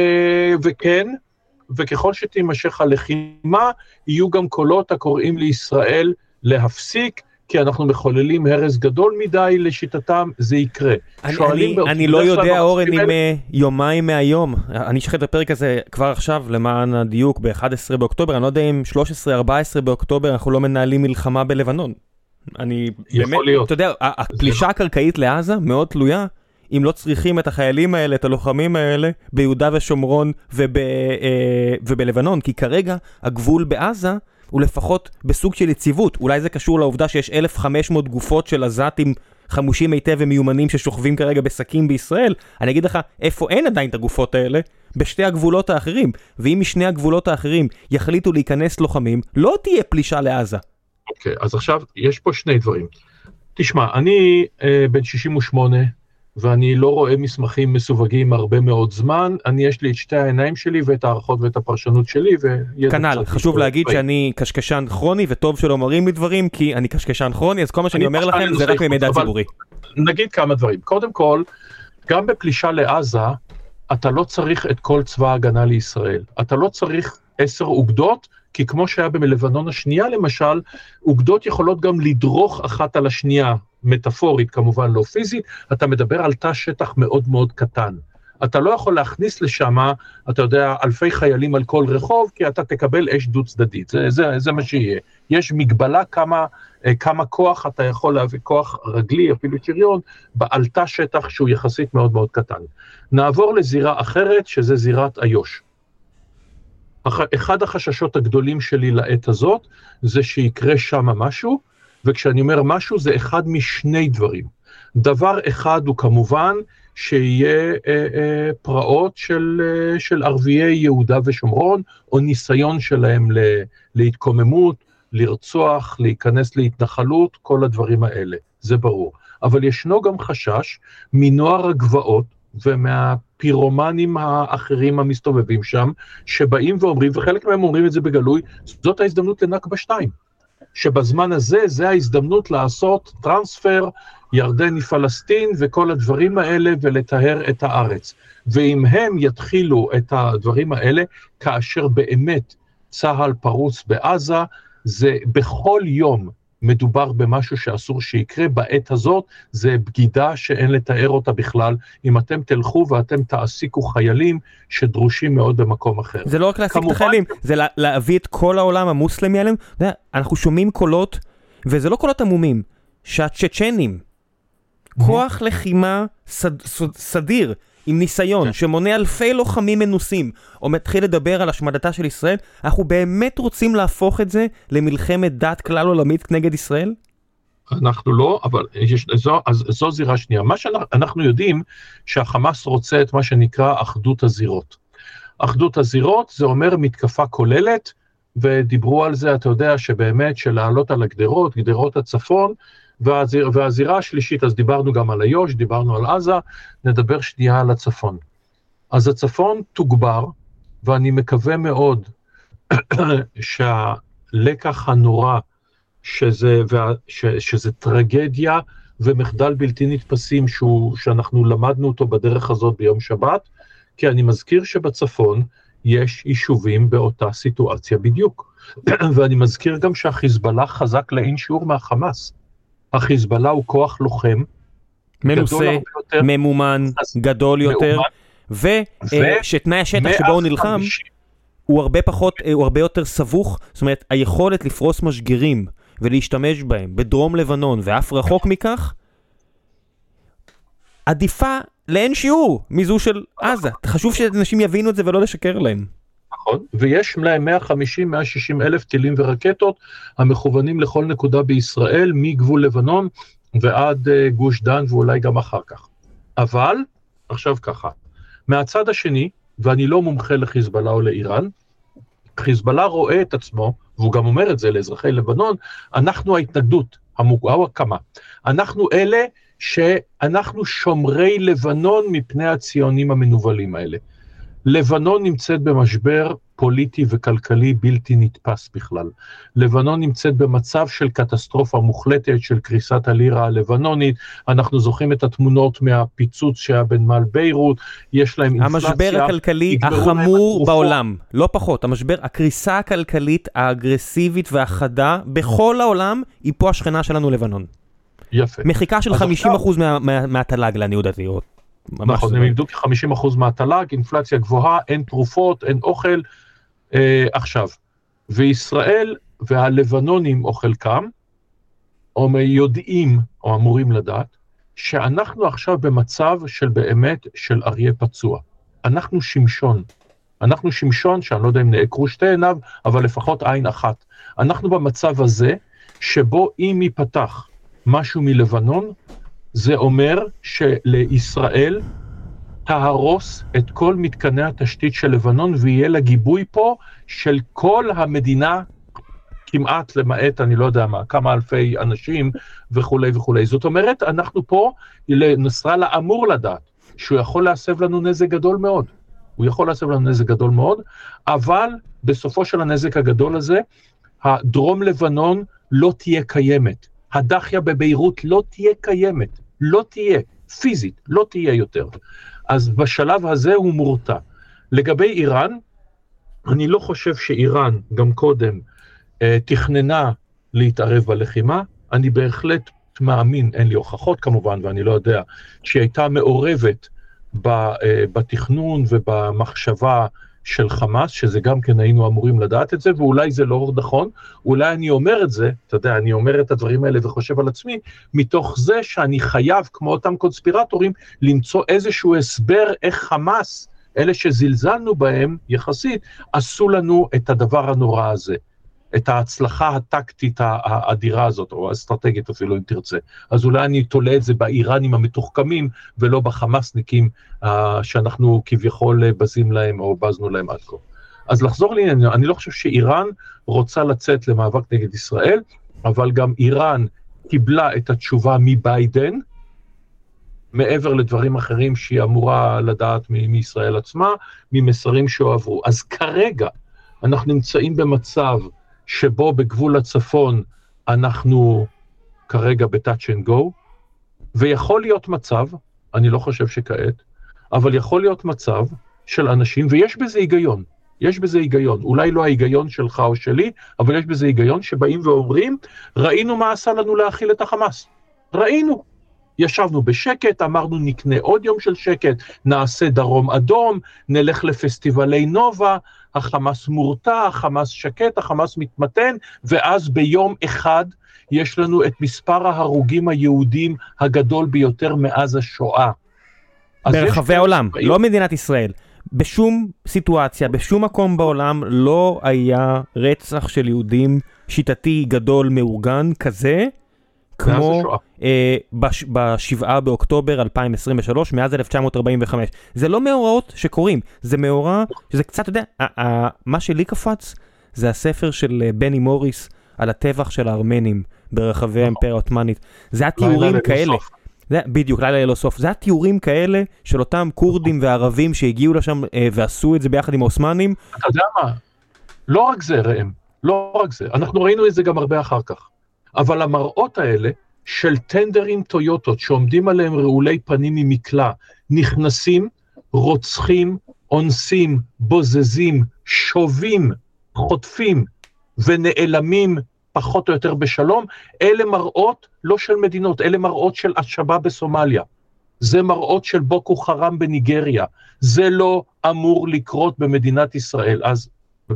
וכן, וככל שתימשך הלחימה, יהיו גם קולות הקוראים לישראל להפסיק, כי אנחנו מחוללים הרס גדול מדי לשיטתם, זה יקרה. אני, אני, אני לא יודע, אורן, אם יומיים מהיום, אני אשחרר את הפרק הזה כבר עכשיו, למען הדיוק, ב-אחד עשר באוקטובר, אני לא יודע אם שלושה עשר ארבעה עשר באוקטובר, אנחנו לא מנהלים מלחמה בלבנון. אני באמת, אתה יודע, הפלישה הקרקעית לעזה מאוד תלויה, אם לא צריכים את החיילים האלה, את הלוחמים האלה, ביהודה ושומרון וב, אה, ובלבנון, כי כרגע הגבול בעזה, הוא לפחות בסוג של יציבות. אולי זה קשור לעובדה שיש אלף וחמש מאות גופות של עזתים חמושים היטב ומיומנים ששוכבים כרגע בסכים בישראל. אני אגיד לך, איפה אין עדיין את הגופות האלה? בשתי הגבולות האחרים. ואם משני הגבולות האחרים יחליטו להיכנס לוחמים, לא תהיה פלישה לעזה. אוקיי, אז עכשיו יש פה שני דברים. תשמע, אני אה, בן שישים ושמונה, ואני לא רואה מסמכים מסווגים הרבה מאוד זמן, אני יש לי את שתי העיניים שלי ואת הערכות ואת הפרשנות שלי, כנ"ל, חשוב להגיד שאני קשקשן כרוני, וטוב שלא מראים לי דברים, כי אני קשקשן כרוני, אז כל מה שאני אומר לכם זה רק ממידע ציבורי. נגיד כמה דברים. קודם כל, גם בפלישה לעזה, אתה לא צריך את כל צבא ההגנה לישראל. אתה לא צריך עשר אוגדות, כי כמו שהיה בלבנון השנייה למשל, אוגדות יכולות גם לדרוך אחת על השנייה, מטאפורית כמובן, לא פיזית, אתה מדבר על תא שטח מאוד מאוד קטן. אתה לא יכול להכניס לשם, אתה יודע, אלפי חיילים על כל רחוב, כי אתה תקבל אש דו צדדית, זה, זה, זה מה שיהיה. יש מגבלה כמה, כמה כוח אתה יכול להביא, כוח רגלי, אפילו שריון, על תא שטח שהוא יחסית מאוד מאוד קטן. נעבור לזירה אחרת, שזה זירת איו"ש. אחד החששות הגדולים שלי לעת הזאת, זה שיקרה שם משהו, וכשאני אומר משהו זה אחד משני דברים. דבר אחד הוא כמובן שיהיה אה, אה, פרעות של, אה, של ערביי יהודה ושומרון, או ניסיון שלהם ל, להתקוממות, לרצוח, להיכנס להתנחלות, כל הדברים האלה, זה ברור. אבל ישנו גם חשש מנוער הגבעות, ומהפירומנים האחרים המסתובבים שם, שבאים ואומרים, וחלק מהם אומרים את זה בגלוי, זאת ההזדמנות לנכבה שתיים. שבזמן הזה, זה ההזדמנות לעשות טרנספר ירדני פלסטין וכל הדברים האלה ולטהר את הארץ. ואם הם יתחילו את הדברים האלה, כאשר באמת צהל פרוץ בעזה, זה בכל יום מדובר במשהו שאסור שיקרה. בעת הזאת זה בגידה שאין לתאר אותה בכלל, אם אתם תלכו ואתם תעסיקו חיילים שדרושים מאוד במקום אחר. זה לא רק להעסיק את החיילים, זה לה, להביא את כל העולם המוסלמי עליהם. אנחנו שומעים קולות, וזה לא קולות עמומים, שהצ'צ'נים, כוח לחימה סד, סד, סדיר, עם ניסיון, שמונה אלפי לוחמים מנוסים, או מתחיל לדבר על השמדתה של ישראל, אנחנו באמת רוצים להפוך את זה למלחמת דת כלל עולמית נגד ישראל? אנחנו לא, אבל יש, זו, אז, זו זירה שנייה. מה שאנחנו יודעים, שהחמאס רוצה את מה שנקרא אחדות הזירות. אחדות הזירות זה אומר מתקפה כוללת, ודיברו על זה, אתה יודע, שבאמת שלעלות על הגדרות, גדרות הצפון, והזיר, והזירה השלישית, אז דיברנו גם על איו"ש, דיברנו על עזה, נדבר שנייה על הצפון. אז הצפון תוגבר, ואני מקווה מאוד שהלקח הנורא, שזה, ש, שזה טרגדיה ומחדל בלתי נתפסים, שהוא, שאנחנו למדנו אותו בדרך הזאת ביום שבת, כי אני מזכיר שבצפון יש יישובים באותה סיטואציה בדיוק. ואני מזכיר גם שהחיזבאללה חזק לאין שיעור מהחמאס. החיזבאללה הוא כוח לוחם, מנוסה, ממומן, גדול יותר, ושתנאי השטח שבו הוא נלחם, הוא הרבה פחות, הוא הרבה יותר סבוך, זאת אומרת, היכולת לפרוס משגרים ולהשתמש בהם בדרום לבנון, ואף רחוק מכך, עדיפה לאין שיעור מזו של עזה. חשוב שאנשים יבינו את זה ולא לשקר להם. נכון, ויש להם מאה חמישים עד מאה שישים אלף טילים ורקטות המכוונים לכל נקודה בישראל, מגבול לבנון ועד uh, גוש דן ואולי גם אחר כך. אבל, עכשיו ככה, מהצד השני, ואני לא מומחה לחיזבאללה או לאיראן, חיזבאללה רואה את עצמו, והוא גם אומר את זה לאזרחי לבנון, אנחנו ההתנגדות, המוגעה הקמה. אנחנו אלה שאנחנו שומרי לבנון מפני הציונים המנובלים האלה. לבנון נמצאת במשבר פוליטי וכלכלי בלתי נתפס בכלל. לבנון נמצאת במצב של קטסטרופה מוחלטת של קריסת הלירה הלבנונית, אנחנו זוכרים את התמונות מהפיצוץ שהיה בנמל ביירות, יש להם אינפלציה. המשבר הכלכלי החמור בעולם, לא פחות, המשבר, הקריסה הכלכלית האגרסיבית והחדה בכל העולם, היא פה השכנה שלנו לבנון. יפה. מחיקה של חמישים אחוז מה, מה, מהתל"ג לעניות דעתי. נכון, הם ימדו כ-חמישים אחוז מהתל"ג, אינפלציה גבוהה, אין תרופות, אין אוכל. אה, עכשיו, וישראל והלבנונים או חלקם, או יודעים, או אמורים לדעת, שאנחנו עכשיו במצב של באמת של אריה פצוע. אנחנו שמשון. אנחנו שמשון, שאני לא יודע אם נעקרו שתי עיניו, אבל לפחות עין אחת. אנחנו במצב הזה, שבו אם ייפתח משהו מלבנון, זה אומר שלישראל תהרוס את כל מתקני התשתית של לבנון, ויהיה לה גיבוי פה של כל המדינה, כמעט למעט, אני לא יודע מה, כמה אלפי אנשים וכו' וכו'. זאת אומרת, אנחנו פה, נסראללה אמור לדעת, שהוא יכול להסב לנו נזק גדול מאוד. הוא יכול להסב לנו נזק גדול מאוד, אבל בסופו של הנזק הגדול הזה, הדרום לבנון לא תהיה קיימת. הדחיה בביירות לא תהיה קיימת. לא תהיה, פיזית, לא תהיה יותר. אז בשלב הזה הוא מורתע. לגבי איראן, אני לא חושב שאיראן, גם קודם, אה, תכננה להתערב בלחימה, אני בהחלט מאמין, אין לי הוכחות כמובן, ואני לא יודע, שהיא הייתה מעורבת ב, אה, בתכנון ובמחשבה של חמאס, שזה גם כן היינו אמורים לדעת את זה, ואולי זה לא נכון, אולי אני אומר את זה, אתה יודע, אני אומר את הדברים האלה וחושב על עצמי, מתוך זה שאני חייב, כמו אותם קונספירטורים, למצוא איזשהו הסבר איך חמאס, אלה שזלזלנו בהם יחסית, עשו לנו את הדבר הנורא הזה, את ההצלחה הטקטית האדירה הזאת, או האסטרטגית אפילו אם תרצה. אז אולי אני תולה את זה באיראנים המתוחכמים, ולא בחמאסניקים uh, שאנחנו כביכול בזים להם או בזנו להם עד כה. אז לחזור לעניין, אני לא חושב שאיראן רוצה לצאת למאבק נגד ישראל, אבל גם איראן קיבלה את התשובה מביידן, מעבר לדברים אחרים שהיא אמורה לדעת מ- מישראל עצמה, ממסרים שהועברו. אז כרגע אנחנו נמצאים במצב שבו בגבול הצפון אנחנו כרגע ב-touch and go, ויכול להיות מצב, אני לא חושב שכעת, אבל יכול להיות מצב של אנשים, ויש בזה היגיון, יש בזה היגיון, אולי לא ההיגיון שלך או שלי, אבל יש בזה היגיון שבאים ואומרים, ראינו מה עשה לנו להכיל את החמאס, ראינו, ישבנו בשקט, אמרנו נקנה עוד יום של שקט, נעשה דרום אדום, נלך לפסטיבלי נובה, החמאס מורתע, החמאס שקט, החמאס מתמתן, ואז ביום אחד יש לנו את מספר ההרוגים היהודים הגדול ביותר מאז השואה. ברחבי העולם, לא מדינת ישראל. בשום סיטואציה, בשום מקום בעולם לא היה רצח של יהודים שיטתי גדול מאורגן כזה, כמו אה, בש, בשבעה באוקטובר אלפיים עשרים ושלוש, מאז אלף תשע מאות ארבעים וחמש. זה לא מאורעות שקורים, זה מאורע, שזה קצת, אתה יודע, ה- ה- מה שלי קפץ, זה הספר של בני מוריס, על הטבח של הארמנים ברחבי האימפריה העות'מאנית. זה התיאורים כאלה. זה, בדיוק, לילה ללא סוף. זה התיאורים כאלה של אותם קורדים וערבים שהגיעו לשם אה, ועשו את זה ביחד עם העות'מאנים. אתה יודע מה? לא רק זה, ראם, לא רק זה. אנחנו ראינו את זה גם הרבה אחר כך. אבל המראות האלה של טנדרים טויוטות שעומדים עליהם רעולי פנים ממקלע, נכנסים, רוצחים, אונסים, בוזזים, שובים, חוטפים ונעלמים פחות או יותר בשלום, אלה מראות לא של מדינות, אלה מראות של אשבה בסומליה. זה מראות של בוקו חרם בניגריה. זה לא אמור לקרות במדינת ישראל. אז,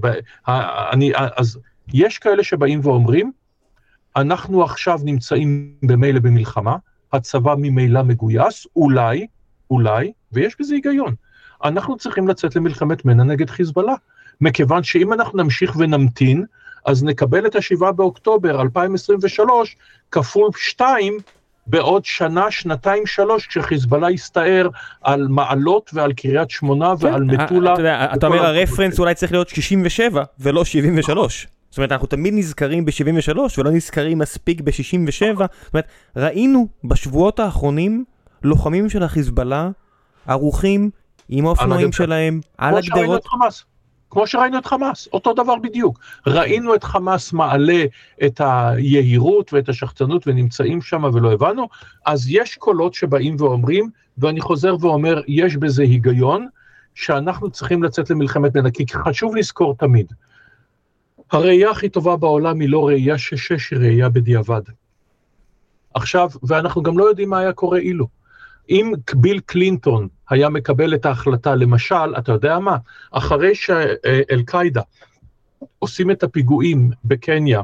אני, אז יש כאלה שבאים ואומרים, אנחנו עכשיו נמצאים במילא במלחמה, הצבא ממילא מגויס, אולי, אולי, ויש בזה היגיון, אנחנו צריכים לצאת למלחמת מנע נגד חיזבאללה, מכיוון שאם אנחנו נמשיך ונמתין, אז נקבל את השבעה באוקטובר אלפיים עשרים ושלוש, כפול שתיים, בעוד שנה, שנתיים, שלוש, כשחיזבאללה יסתער על מעלות ועל קריית שמונה ועל מטולה. אתה אומר, הרפרנס אולי צריך להיות שישים ושבע ולא שבעים ושלוש. זאת אומרת, אנחנו תמיד נזכרים ב-שבעים ושלוש, ולא נזכרים מספיק ב-שישים ושבע. זאת אומרת, ראינו בשבועות האחרונים לוחמים של החיזבאללה, ערוכים עם האופנועים שלהם, על הגדרות. כמו שראינו את חמאס, אותו דבר בדיוק. ראינו את חמאס מעלה את היהירות ואת השחצנות ונמצאים שם ולא הבנו, אז יש קולות שבאים ואומרים, ואני חוזר ואומר, יש בזה היגיון, שאנחנו צריכים לצאת למלחמת מנקי, כי חשוב לזכור תמיד. הראייה הכי טובה בעולם היא לא ראייה ששש, היא ראייה בדיעבד. עכשיו, ואנחנו גם לא יודעים מה היה קורה אילו. אם ביל קלינטון היה מקבל את ההחלטה, למשל, אתה יודע מה, אחרי שאל-קאידה עושים את הפיגועים בקניה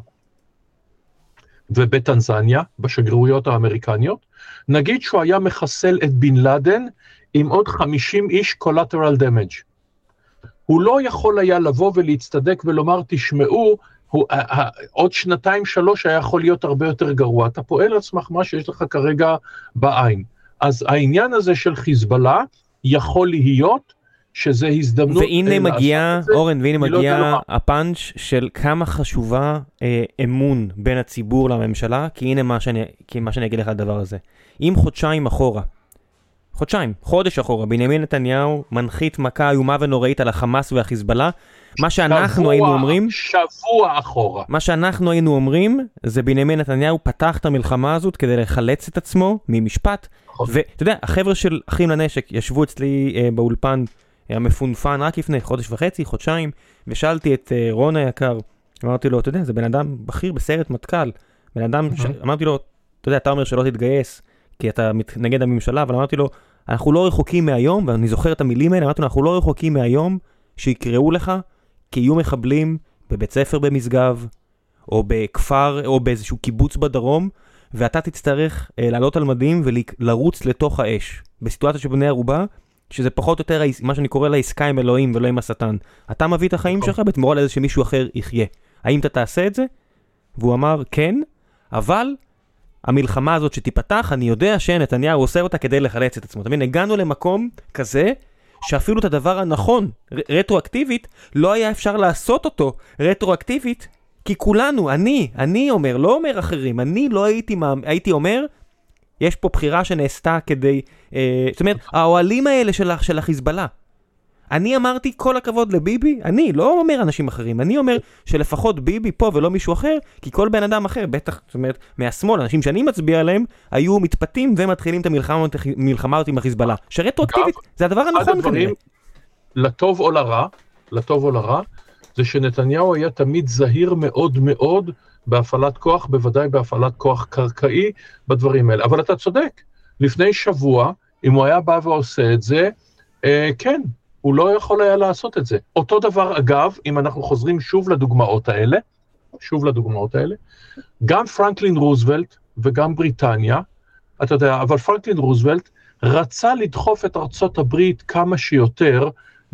ובטנזניה, בשגרירויות האמריקניות, נגיד שהוא היה מחסל את בן לאדן עם עוד חמישים איש collateral damage. הוא לא יכול היה לבוא ולהצטדק ולומר, תשמעו, הוא, עוד שנתיים שלוש היה יכול להיות הרבה יותר גרוע, אתה פועל על סמך מה שיש לך כרגע בעין. אז העניין הזה של חיזבאללה יכול להיות שזה הזדמנות... והנה מגיע, אורן, והנה מגיע הפאנץ' של כמה חשובה אה, אמון בין הציבור לממשלה, כי הנה מה שאני, כי מה שאני אגיד לך הדבר הזה. אם חודשיים אחורה, חודשיים, חודש אחורה, בנימין נתניהו מנחית מכה איומה ונוראית על החמאס והחיזבאללה, מה שאנחנו שבוע, היינו אומרים... שבוע אחורה. מה שאנחנו היינו אומרים, זה בנימין נתניהו פתח את המלחמה הזאת כדי לחלץ את עצמו ממשפט, ואתה יודע, החבר'ה של אחים לנשק ישבו אצלי אה, באולפן המפונפן רק לפני חודש וחצי, חודשיים, ושאלתי את אה, רון היקר, אמרתי לו, אתה יודע, זה בן אדם בכיר בסיירת מטכ"ל, בן אדם, ש... אמרתי לו, אתה יודע, אתה אומר שלא תתגייס, כי אתה נגד הממשלה, אבל אמרתי לו, אנחנו לא רחוקים מהיום, ואני זוכר את המילים האלה, אמרתי לו, אנחנו לא רחוקים מהיום, שיקראו לך, כי יהיו מחבלים בבית ספר במשגב, או בכפר, או באיזשהו קיבוץ בדרום, ואתה תצטרך אה, לעלות על מדים ולרוץ לתוך האש. בסיטואציה של בני ערובה, שזה פחות או יותר מה שאני קורא לה עסקה עם אלוהים ולא עם השטן. אתה מביא את החיים שלך בתמורה לאיזה שמישהו אחר יחיה. האם אתה תעשה את זה? והוא אמר, כן, אבל המלחמה הזאת שתיפתח, אני יודע שנתניהו עושה אותה כדי לחלץ את עצמו. תמיד הגענו למקום כזה, שאפילו את הדבר הנכון, רטרואקטיבית, לא היה אפשר לעשות אותו רטרואקטיבית, כי כולנו, אני, אני אומר, לא אומר אחרים, אני לא הייתי, הייתי אומר, יש פה בחירה שנעשתה כדי, אה, זאת אומרת, האוהלים האלה של, של החיזבאללה, אני אמרתי כל הכבוד לביבי, אני לא אומר אנשים אחרים, אני אומר שלפחות ביבי פה ולא מישהו אחר, כי כל בן אדם אחר, בטח, זאת אומרת, מהשמאל, אנשים שאני מצביע עליהם, היו מתפתים ומתחילים את המלחמה, המלחמה עם החיזבאללה, שרטרואקטיבית, זה הדבר הנכון כנראה. לטוב או לרע, לטוב או לרע, זה שנתניהו היה תמיד זהיר מאוד מאוד בהפעלת כוח, בוודאי בהפעלת כוח קרקעי בדברים האלה. אבל אתה צודק, לפני שבוע, אם הוא היה בא ועושה את זה, אה, כן, הוא לא יכול היה לעשות את זה. אותו דבר אגב, אם אנחנו חוזרים שוב לדוגמאות האלה, שוב לדוגמאות האלה, גם פרנקלין רוזוולט וגם בריטניה, אתה יודע, אבל פרנקלין רוזוולט רצה לדחוף את ארצות הברית כמה שיותר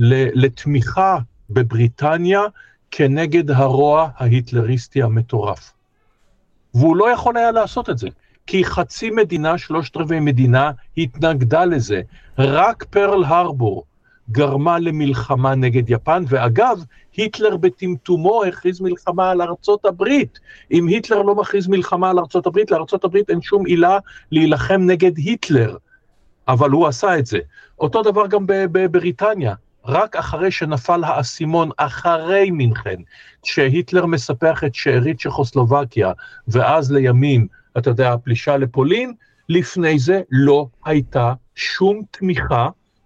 לתמיכה בבריטניה כנגד הרוע ההיטלריסטי המטורף. והוא לא יכול היה לעשות את זה, כי חצי מדינה, שלושת רבעי מדינה, התנגדה לזה. רק פרל הרבור גרמה למלחמה נגד יפן, ואגב, היטלר בטמטומו הכריז מלחמה על ארצות הברית. אם היטלר לא מכריז מלחמה על ארצות הברית, לארצות הברית אין שום עילה להילחם נגד היטלר, אבל הוא עשה את זה. אותו דבר גם בבריטניה, רק אחרי שנפל האסימון, אחרי מינכן, שהיטלר מספח את שארית צ'כוסלובקיה, ואז לימים, אתה יודע, הפלישה לפולין, לפני זה לא הייתה שום תמיכה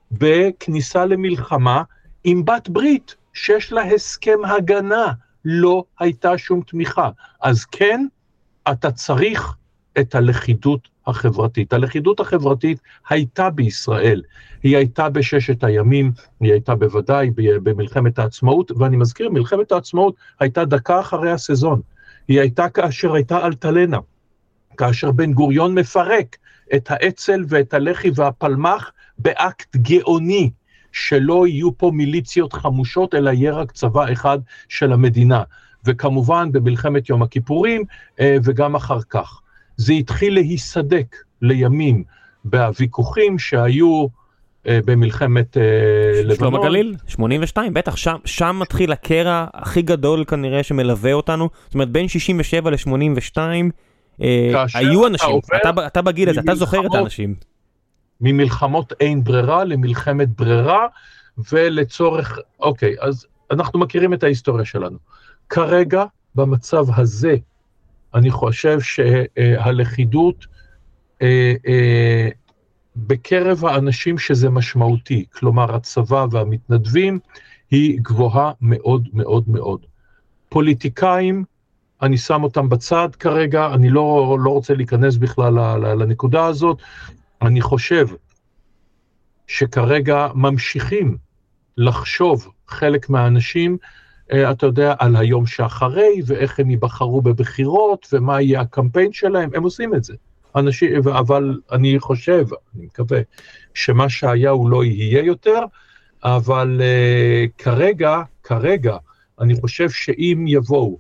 בכניסה למלחמה עם בת ברית, שיש לה הסכם הגנה, לא הייתה שום תמיכה. אז כן, אתה צריך את הלכידות החברתית. הלכידות החברתית הייתה בישראל, היא הייתה בששת הימים, היא הייתה בוודאי במלחמת העצמאות, ואני מזכיר, מלחמת העצמאות הייתה דקה אחרי הסזון, היא הייתה כאשר הייתה אלטלנה, כאשר בן גוריון מפרק את האצ"ל ואת הלח"י והפלמ"ח באקט גאוני, שלא יהיו פה מיליציות חמושות, אלא יהיה רק צבא אחד של המדינה, וכמובן במלחמת יום הכיפורים וגם אחר כך. זה התחיל להיסדק לימים בוויכוחים שהיו במלחמת לבנון. שלום הגליל, שמונים ושתיים, בטח, שם, שם מתחיל הקרע הכי גדול כנראה שמלווה אותנו, זאת אומרת בין שישים ושבע ל-שמונים ושתיים, היו אנשים, אתה, אתה בגיל הזה, אתה זוכר את האנשים. ממלחמות אין ברירה למלחמת ברירה, ולצורך, אוקיי, אז אנחנו מכירים את ההיסטוריה שלנו. כרגע, במצב הזה, אני חושב שהלכידות, אה, אה, בקרב האנשים שזה משמעותי, כלומר הצבא והמתנדבים, היא גבוהה מאוד מאוד מאוד. פוליטיקאים, אני שם אותם בצד כרגע, אני לא, לא רוצה להיכנס בכלל לנקודה הזאת, אני חושב שכרגע ממשיכים לחשוב חלק מהאנשים, אתה יודע, על היום שאחרי, ואיך הם ייבחרו בבחירות, ומה יהיה הקמפיין שלהם, הם עושים את זה. אנשים, אבל אני חושב, אני מקווה, שמה שהיה הוא לא יהיה יותר, אבל uh, כרגע, כרגע, אני חושב שאם יבואו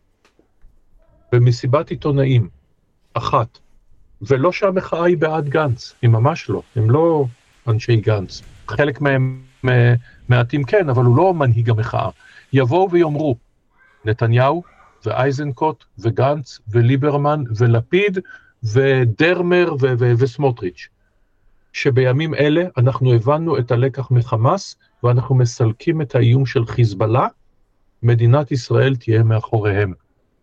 במסיבת עיתונאים אחת, ולא שהמחאה היא בעד גנץ, היא ממש לא, הם לא אנשי גנץ, חלק מהם uh, מעטים כן, אבל הוא לא מנהיג המחאה, יבואו ויאמרו, נתניהו ואייזנקוט וגנץ וליברמן ולפיד, ודרמר ו- ו- וסמוטריץ', שבימים אלה אנחנו הבנו את הלקח מחמאס, ואנחנו מסלקים את האיום של חיזבאללה, מדינת ישראל תהיה מאחוריהם.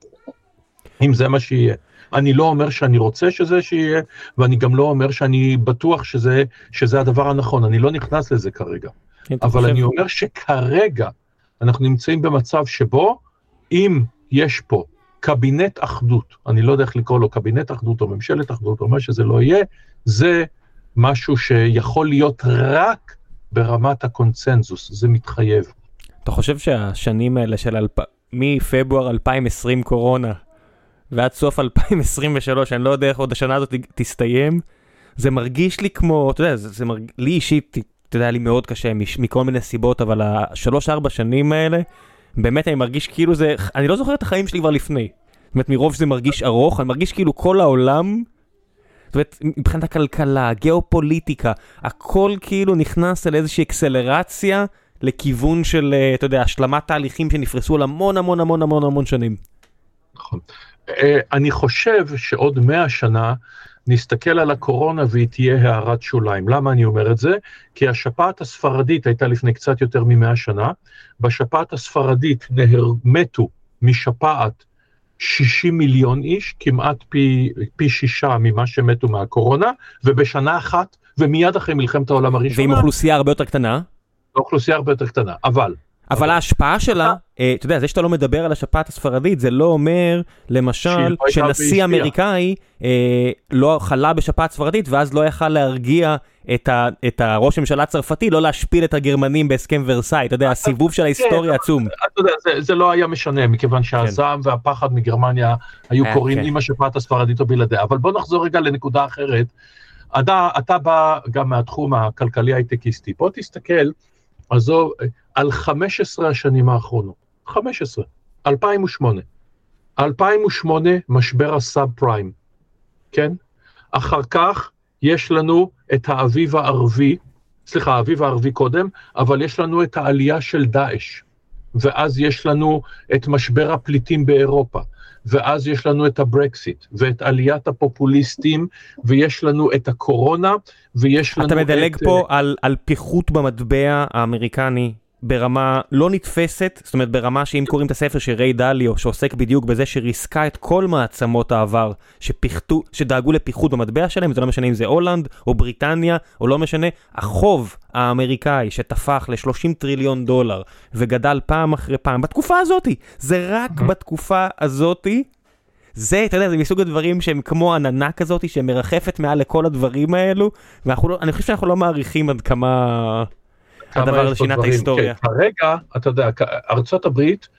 אם זה מה שיהיה. אני לא אומר שאני רוצה שזה שיהיה, ואני גם לא אומר שאני בטוח שזה, שזה הדבר הנכון, אני לא נכנס לזה כרגע. אבל אני אומר שכרגע אנחנו נמצאים במצב שבו, אם יש פה קבינט אחדות, אני לא יודע איך לקרוא לו קבינט אחדות או ממשלת אחדות או מה שזה לא יהיה, זה משהו שיכול להיות רק ברמת הקונצנזוס, זה מתחייב. אתה חושב שהשנים האלה של אלפ... מפברואר אלפיים ועשרים קורונה ועד סוף אלפיים עשרים ושלוש, אני לא יודע איך עוד השנה הזאת תסתיים, זה מרגיש לי כמו, אתה יודע, זה, זה מרג... לי אישית, אתה יודע, לי מאוד קשה מכל מיני סיבות, אבל השלוש ארבע שנים האלה, באמת אני מרגיש כאילו זה, אני לא זוכר את החיים שלי כבר לפני. זאת אומרת, מרוב שזה מרגיש ארוך, אני מרגיש כאילו כל העולם, זאת אומרת, מבחינת הכלכלה, גיאופוליטיקה, הכל כאילו נכנס על איזושהי אקסלרציה לכיוון של, אתה יודע, השלמת תהליכים שנפרסו על המון המון המון המון המון שנים. נכון. אני חושב שעוד מאה שנה נסתכל על הקורונה והיא תהיה הערת שוליים. למה אני אומר את זה? כי השפעת הספרדית הייתה לפני קצת יותר ממאה שנה, בשפעת הספרדית נהר, מתו משפעת שישים מיליון איש, כמעט פי, פי שישה ממה שמתו מהקורונה, ובשנה אחת, ומיד אחרי מלחמת העולם הראשונה. ועם אוכלוסייה הרבה יותר קטנה. אוכלוסייה הרבה יותר קטנה, אבל... אבל ההשפעה שלה, אתה יודע, זה שאתה לא מדבר על השפעת הספרדית, זה לא אומר, למשל, שנשיא אמריקאי לא חלה בשפעת ספרדית, ואז לא יכל להרגיע את הראש הממשלה הצרפתי, לא להשפיל את הגרמנים בהסכם ורסאי, אתה יודע, הסיבוב של ההיסטוריה עצום. אתה יודע, זה לא היה משנה, מכיוון שהזעם והפחד מגרמניה היו קוראים עם השפעת הספרדית או בלעדיה, אבל בוא נחזור רגע לנקודה אחרת, אתה בא גם מהתחום הכלכלי הייטקיסטי, בוא תסתכל, עזוב, על חמש עשרה השנים האחרונות, חמש עשרה, אלפיים ושמונה, אלפיים ושמונה משבר הסאב פריים, כן? אחר כך יש לנו את האביב הערבי, סליחה, האביב הערבי קודם, אבל יש לנו את העלייה של דאעש, ואז יש לנו את משבר הפליטים באירופה, ואז יש לנו את הברקסיט, ואת עליית הפופוליסטים, ויש לנו את הקורונה, ויש לנו אתה מדלג את... פה על, על פיחות במטבע האמריקני, ברמה לא נתפסת, זאת אומרת ברמה שאם קוראים את הספר של ריי דליו, שעוסק בדיוק בזה שריסקה את כל מעצמות העבר, שפיחתו, שדאגו לפיחות במטבע שלהם, זה לא משנה אם זה הולנד או בריטניה, או לא משנה, החוב האמריקאי שתפח ל-שלושים טריליון דולר, וגדל פעם אחרי פעם, בתקופה הזאת, זה רק בתקופה הזאת, זה, אתה יודע, זה מסוג הדברים שהם כמו עננה כזאת, שמרחפת מעל לכל הדברים האלו, ואני חושב שאנחנו לא מעריכים עד כמה... הדבר הזה שינה את ההיסטוריה. כרגע, אתה יודע, ארצות הברית,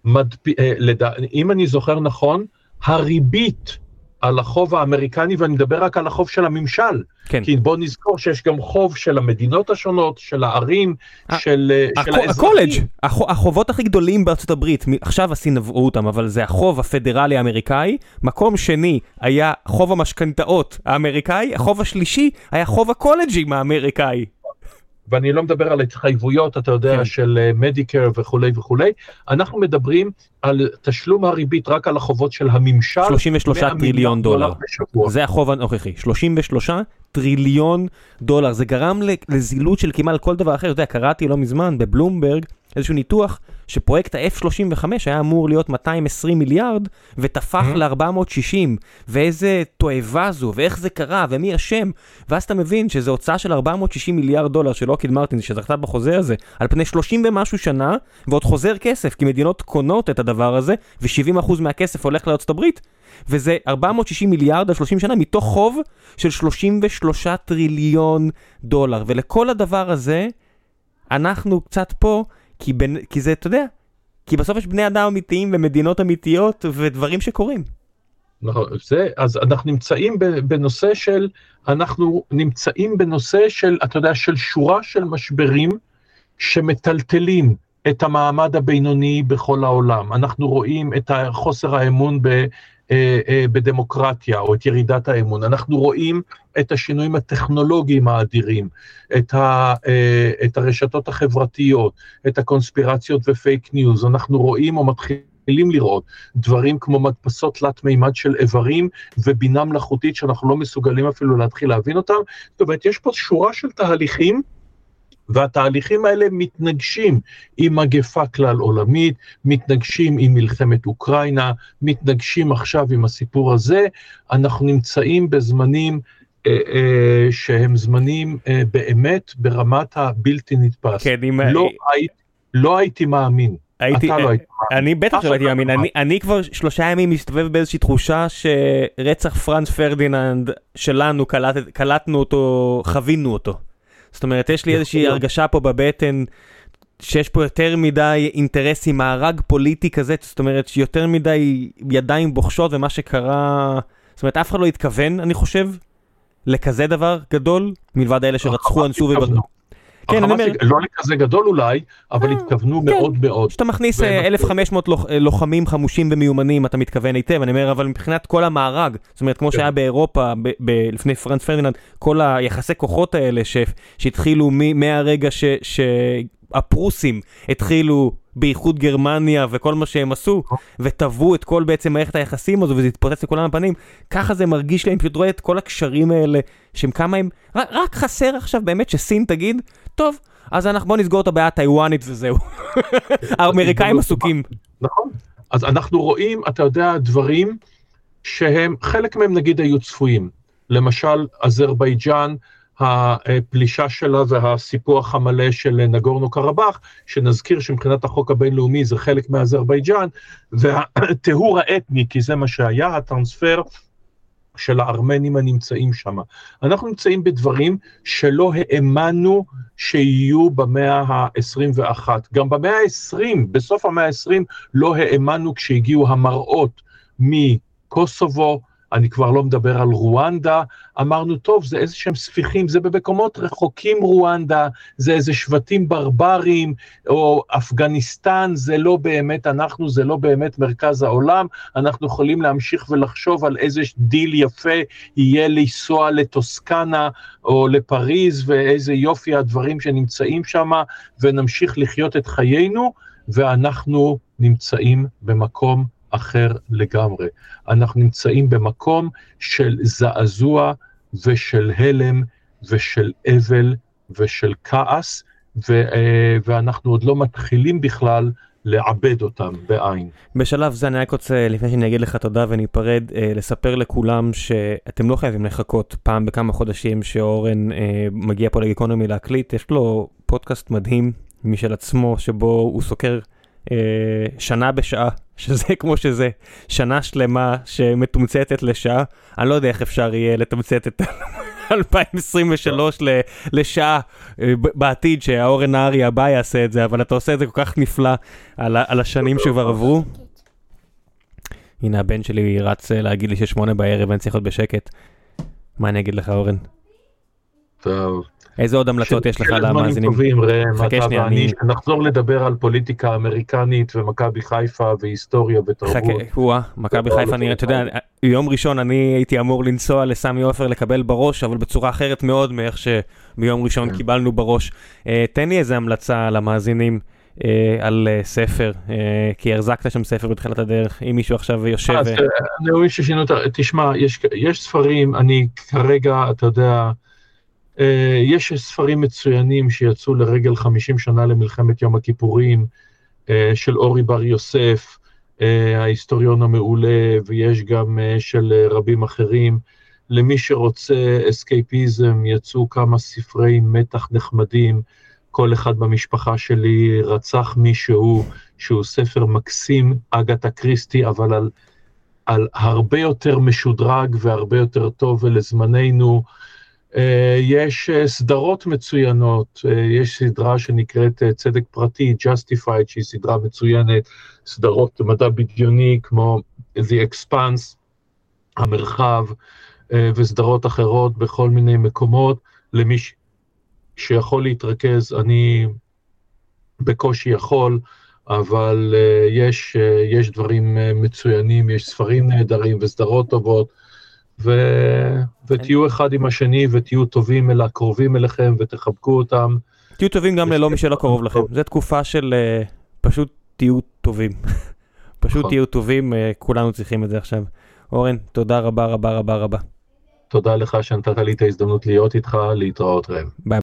אם אני זוכר נכון, הריבית על החוב האמריקני, ואני מדבר רק על החוב של הממשל, כי בוא נזכור שיש גם חוב של המדינות השונות, של הערים, של האזרחים. הקולג', החובות הכי גדולים בארצות הברית, עכשיו עשי נבעו אותם, אבל זה החוב הפדרלי האמריקאי, מקום שני היה חוב המשכנתאות האמריקאי, החוב השלישי היה חוב הקולג'ים האמריקאי. ואני לא מדבר על התחייבויות, אתה יודע, כן. של מדיקר וכולי וכולי, אנחנו מדברים על תשלום הריבית רק על החובות של הממשל, שלושים ושלושה טריליון דולר, דולר זה החוב הנוכחי, שלושים ושלושה טריליון דולר, זה גרם לזילות של כמעט כל דבר אחר, אתה יודע, קראתי לא מזמן בבלומברג, איזשהו ניתוח שפרויקט ה-אף שלושים וחמש היה אמור להיות מאתיים ועשרים מיליארד ותפח ל-ארבע מאות ושישים, ואיזה תועבה זו, ואיך זה קרה, ומי אשם, ואז אתה מבין שזו הוצאה של ארבע מאות ושישים מיליארד דולר של לוקהיד מרטין שזכתה בחוזה הזה, על פני שלושים ומשהו שנה, ועוד חוזר כסף, כי מדינות קונות את הדבר הזה, ו-שבעים אחוז מהכסף הולך לארצות הברית, וזה ארבע מאות ושישים מיליארד על שלושים שנה, מתוך חוב של שלושים ושלושה טריליון דולר, ולכל הדבר הזה, אנחנו קצת פה, כי, בין, כי זה, אתה יודע, כי בסוף יש בני אדם אמיתיים ומדינות אמיתיות ודברים שקורים. נכון, זה, אז אנחנו נמצאים בנושא של, אנחנו נמצאים בנושא של, אתה יודע, של שורה של משברים שמטלטלים את המעמד הבינוני בכל העולם. אנחנו רואים את חוסר האמון ב... בדמוקרטיה או את ירידת האמון, אנחנו רואים את השינויים הטכנולוגיים האדירים, את, ה, את הרשתות החברתיות, את הקונספירציות ופייק ניוז, אנחנו רואים או מתחילים לראות דברים כמו מדפסות תלת מימד של איברים ובינה מלאכותית שאנחנו לא מסוגלים אפילו להתחיל להבין אותם, זאת אומרת יש פה שורה של תהליכים, והתהליכים האלה מתנגשים עם מגפה כלל עולמית, מתנגשים עם מלחמת אוקראינה, מתנגשים עכשיו עם הסיפור הזה, אנחנו נמצאים בזמנים אה, אה, שהם זמנים אה, באמת ברמת הבלתי נתפס. כן, אם... לא, הי... לא הייתי מאמין. הייתי, אתה לא היית מאמין. אני בטח שלא הייתי מאמין, אני, אני כבר שלושה ימים מסתובב באיזושהי תחושה שרצח פרנץ פרדיננד שלנו, קלט, קלטנו אותו, חווינו אותו. זאת אומרת, יש לי איזושהי הרגשה פה בבטן, שיש פה יותר מדי אינטרסים, מארג פוליטי כזה, זאת אומרת, שיותר מדי ידיים בוחשות, ומה שקרה, זאת אומרת, אף אחד לא התכוון, אני חושב, לכזה דבר גדול, מלבד האלה שרצחו אנסו ובדנו. כן, אני אומר... לא לכזה גדול אולי, אבל התכוונו מאוד מאוד. שאתה מכניס אלף וחמש מאות לוחמים חמושים ומיומנים, אתה מתכוון היטב, אני אומר, אבל מבחינת כל המארג, זאת אומרת, כמו שהיה באירופה, לפני פרנץ פרדיננד, כל היחסי כוחות האלה שהתחילו מהרגע שהפרוסים התחילו באיחוד גרמניה וכל מה שהם עשו, וטבעו את כל בעצם מערכת היחסים הזו, וזה התפוצץ לכולם הפנים, ככה זה מרגיש לי, אני פשוט רואה את כל הקשרים האלה, שהם כמה הם, רק חסר עכשיו באמת שסין תגיד, טוב, אז אנחנו בוא נסגור את הבעיה הטיוואנית וזהו. האמריקאים עסוקים. נכון. אז אנחנו רואים, אתה יודע, דברים שהם, חלק מהם נגיד היו צפויים. למשל, אזרבייג'אן, הפלישה שלה והסיפוח המלא של נגורנו קרבאח, שנזכיר שמבחינת החוק הבינלאומי זה חלק מאזרבייג'אן, והטהור האתני, כי זה מה שהיה, הטרנספר של הארמנים הנמצאים שם. אנחנו נמצאים בדברים שלא האמנו שיהיו במאה ה-עשרים ואחת. גם במאה ה-עשרים, בסוף המאה ה-עשרים, לא האמנו כשהגיעו המראות מקוסובו, אני כבר לא מדבר על רואנדה, אמרנו, טוב, זה איזה שהם ספיחים, זה במקומות רחוקים רואנדה, זה איזה שבטים ברברים, או אפגניסטן, זה לא באמת אנחנו, זה לא באמת מרכז העולם, אנחנו יכולים להמשיך ולחשוב על איזה דיל יפה יהיה לנסוע לטוסקנה, או לפריז, ואיזה יופי הדברים שנמצאים שם, ונמשיך לחיות את חיינו, ואנחנו נמצאים במקום אחר לגמרי. אנחנו נמצאים במקום של זעזוע ושל הלם ושל אבל ושל כעס, ו- ואנחנו עוד לא מתחילים בכלל לעבד אותם בעין. בשלב זה אני רק רוצה, לפני שאני אגיד לך תודה וניפרד, לספר לכולם שאתם לא חייבים לחכות פעם בכמה חודשים שאורן מגיע פה לגיקונומי להקליט, יש לו פודקאסט מדהים משל עצמו, שבו הוא סוקר שנה בשעה, שזה כמו שזה, שנה שלמה שמתומצתת לשעה, אני לא יודע איך אפשר יהיה לתמצת את אלפיים עשרים ושלוש לשעה בעתיד שהאורן נהרי הבא יעשה את זה, אבל אתה עושה את זה כל כך נפלא על השנים שכבר עברו. הנה הבן שלי רץ להגיד לי ששמונה בערב ואני צריך להיות בשקט. מה אני אגיד לך אורן? טוב. איזה עוד המלצות יש לך של זמנים למאזינים? טובים, ראם, חכה אתה שנייה, ואני, אני- נחזור לדבר על פוליטיקה אמריקנית ומכבי חיפה והיסטוריה ותרבות. חכה, וואה, מכבי חיפה, אני, אתה יודע, יום ראשון אני הייתי אמור לנסוע לסמי עופר לקבל בראש, אבל בצורה אחרת מאוד מאיך שביום ראשון קיבלנו בראש. אה, תן לי איזה המלצה למאזינים אה, על אה, ספר, אה, כי הרזקת שם ספר בתחילת הדרך, אם מישהו עכשיו יושב... אז נאומים ששינו, תשמע, יש, יש ספרים, אני כרגע, אתה יודע, אה, יש ספרים מצוינים שיצאו לרגל חמישים שנה למלחמת יום הכיפורים, אה, של אורי בר יוסף, אה, ההיסטוריון המעולה, ויש גם אה, של אה, רבים אחרים. למי שרוצה אסקייפיזם, יצאו כמה ספרי מתח נחמדים, כל אחד במשפחה שלי רצח מישהו, שהוא ספר מקסים, אגתה קריסטי, אבל על, על הרבה יותר משודרג והרבה יותר טוב ולזמננו. יש סדרות מצוינות, יש סדרה שנקראת צדק פרטי, Justified, שהיא סדרה מצוינת, סדרות מדע בדיוני כמו The Expanse, המרחב, וסדרות אחרות בכל מיני מקומות. למי שיכול להתרכז, אני בקושי יכול, אבל uh, יש, uh, יש דברים uh, מצוינים, יש ספרים נהדרים וסדרות טובות, ו... ותהיו אחד עם השני ותהיו טובים אל הקרובים אליכם ותחבקו אותם. תהיו טובים גם ללא מי שלא קרוב לכם, זו תקופה של uh, פשוט תהיו טובים, פשוט תהיו טובים, uh, כולנו צריכים את זה עכשיו. אורן, תודה רבה רבה רבה רבה. תודה לך שנתת לי את ההזדמנות להיות איתך, להתראות ראם. ביי.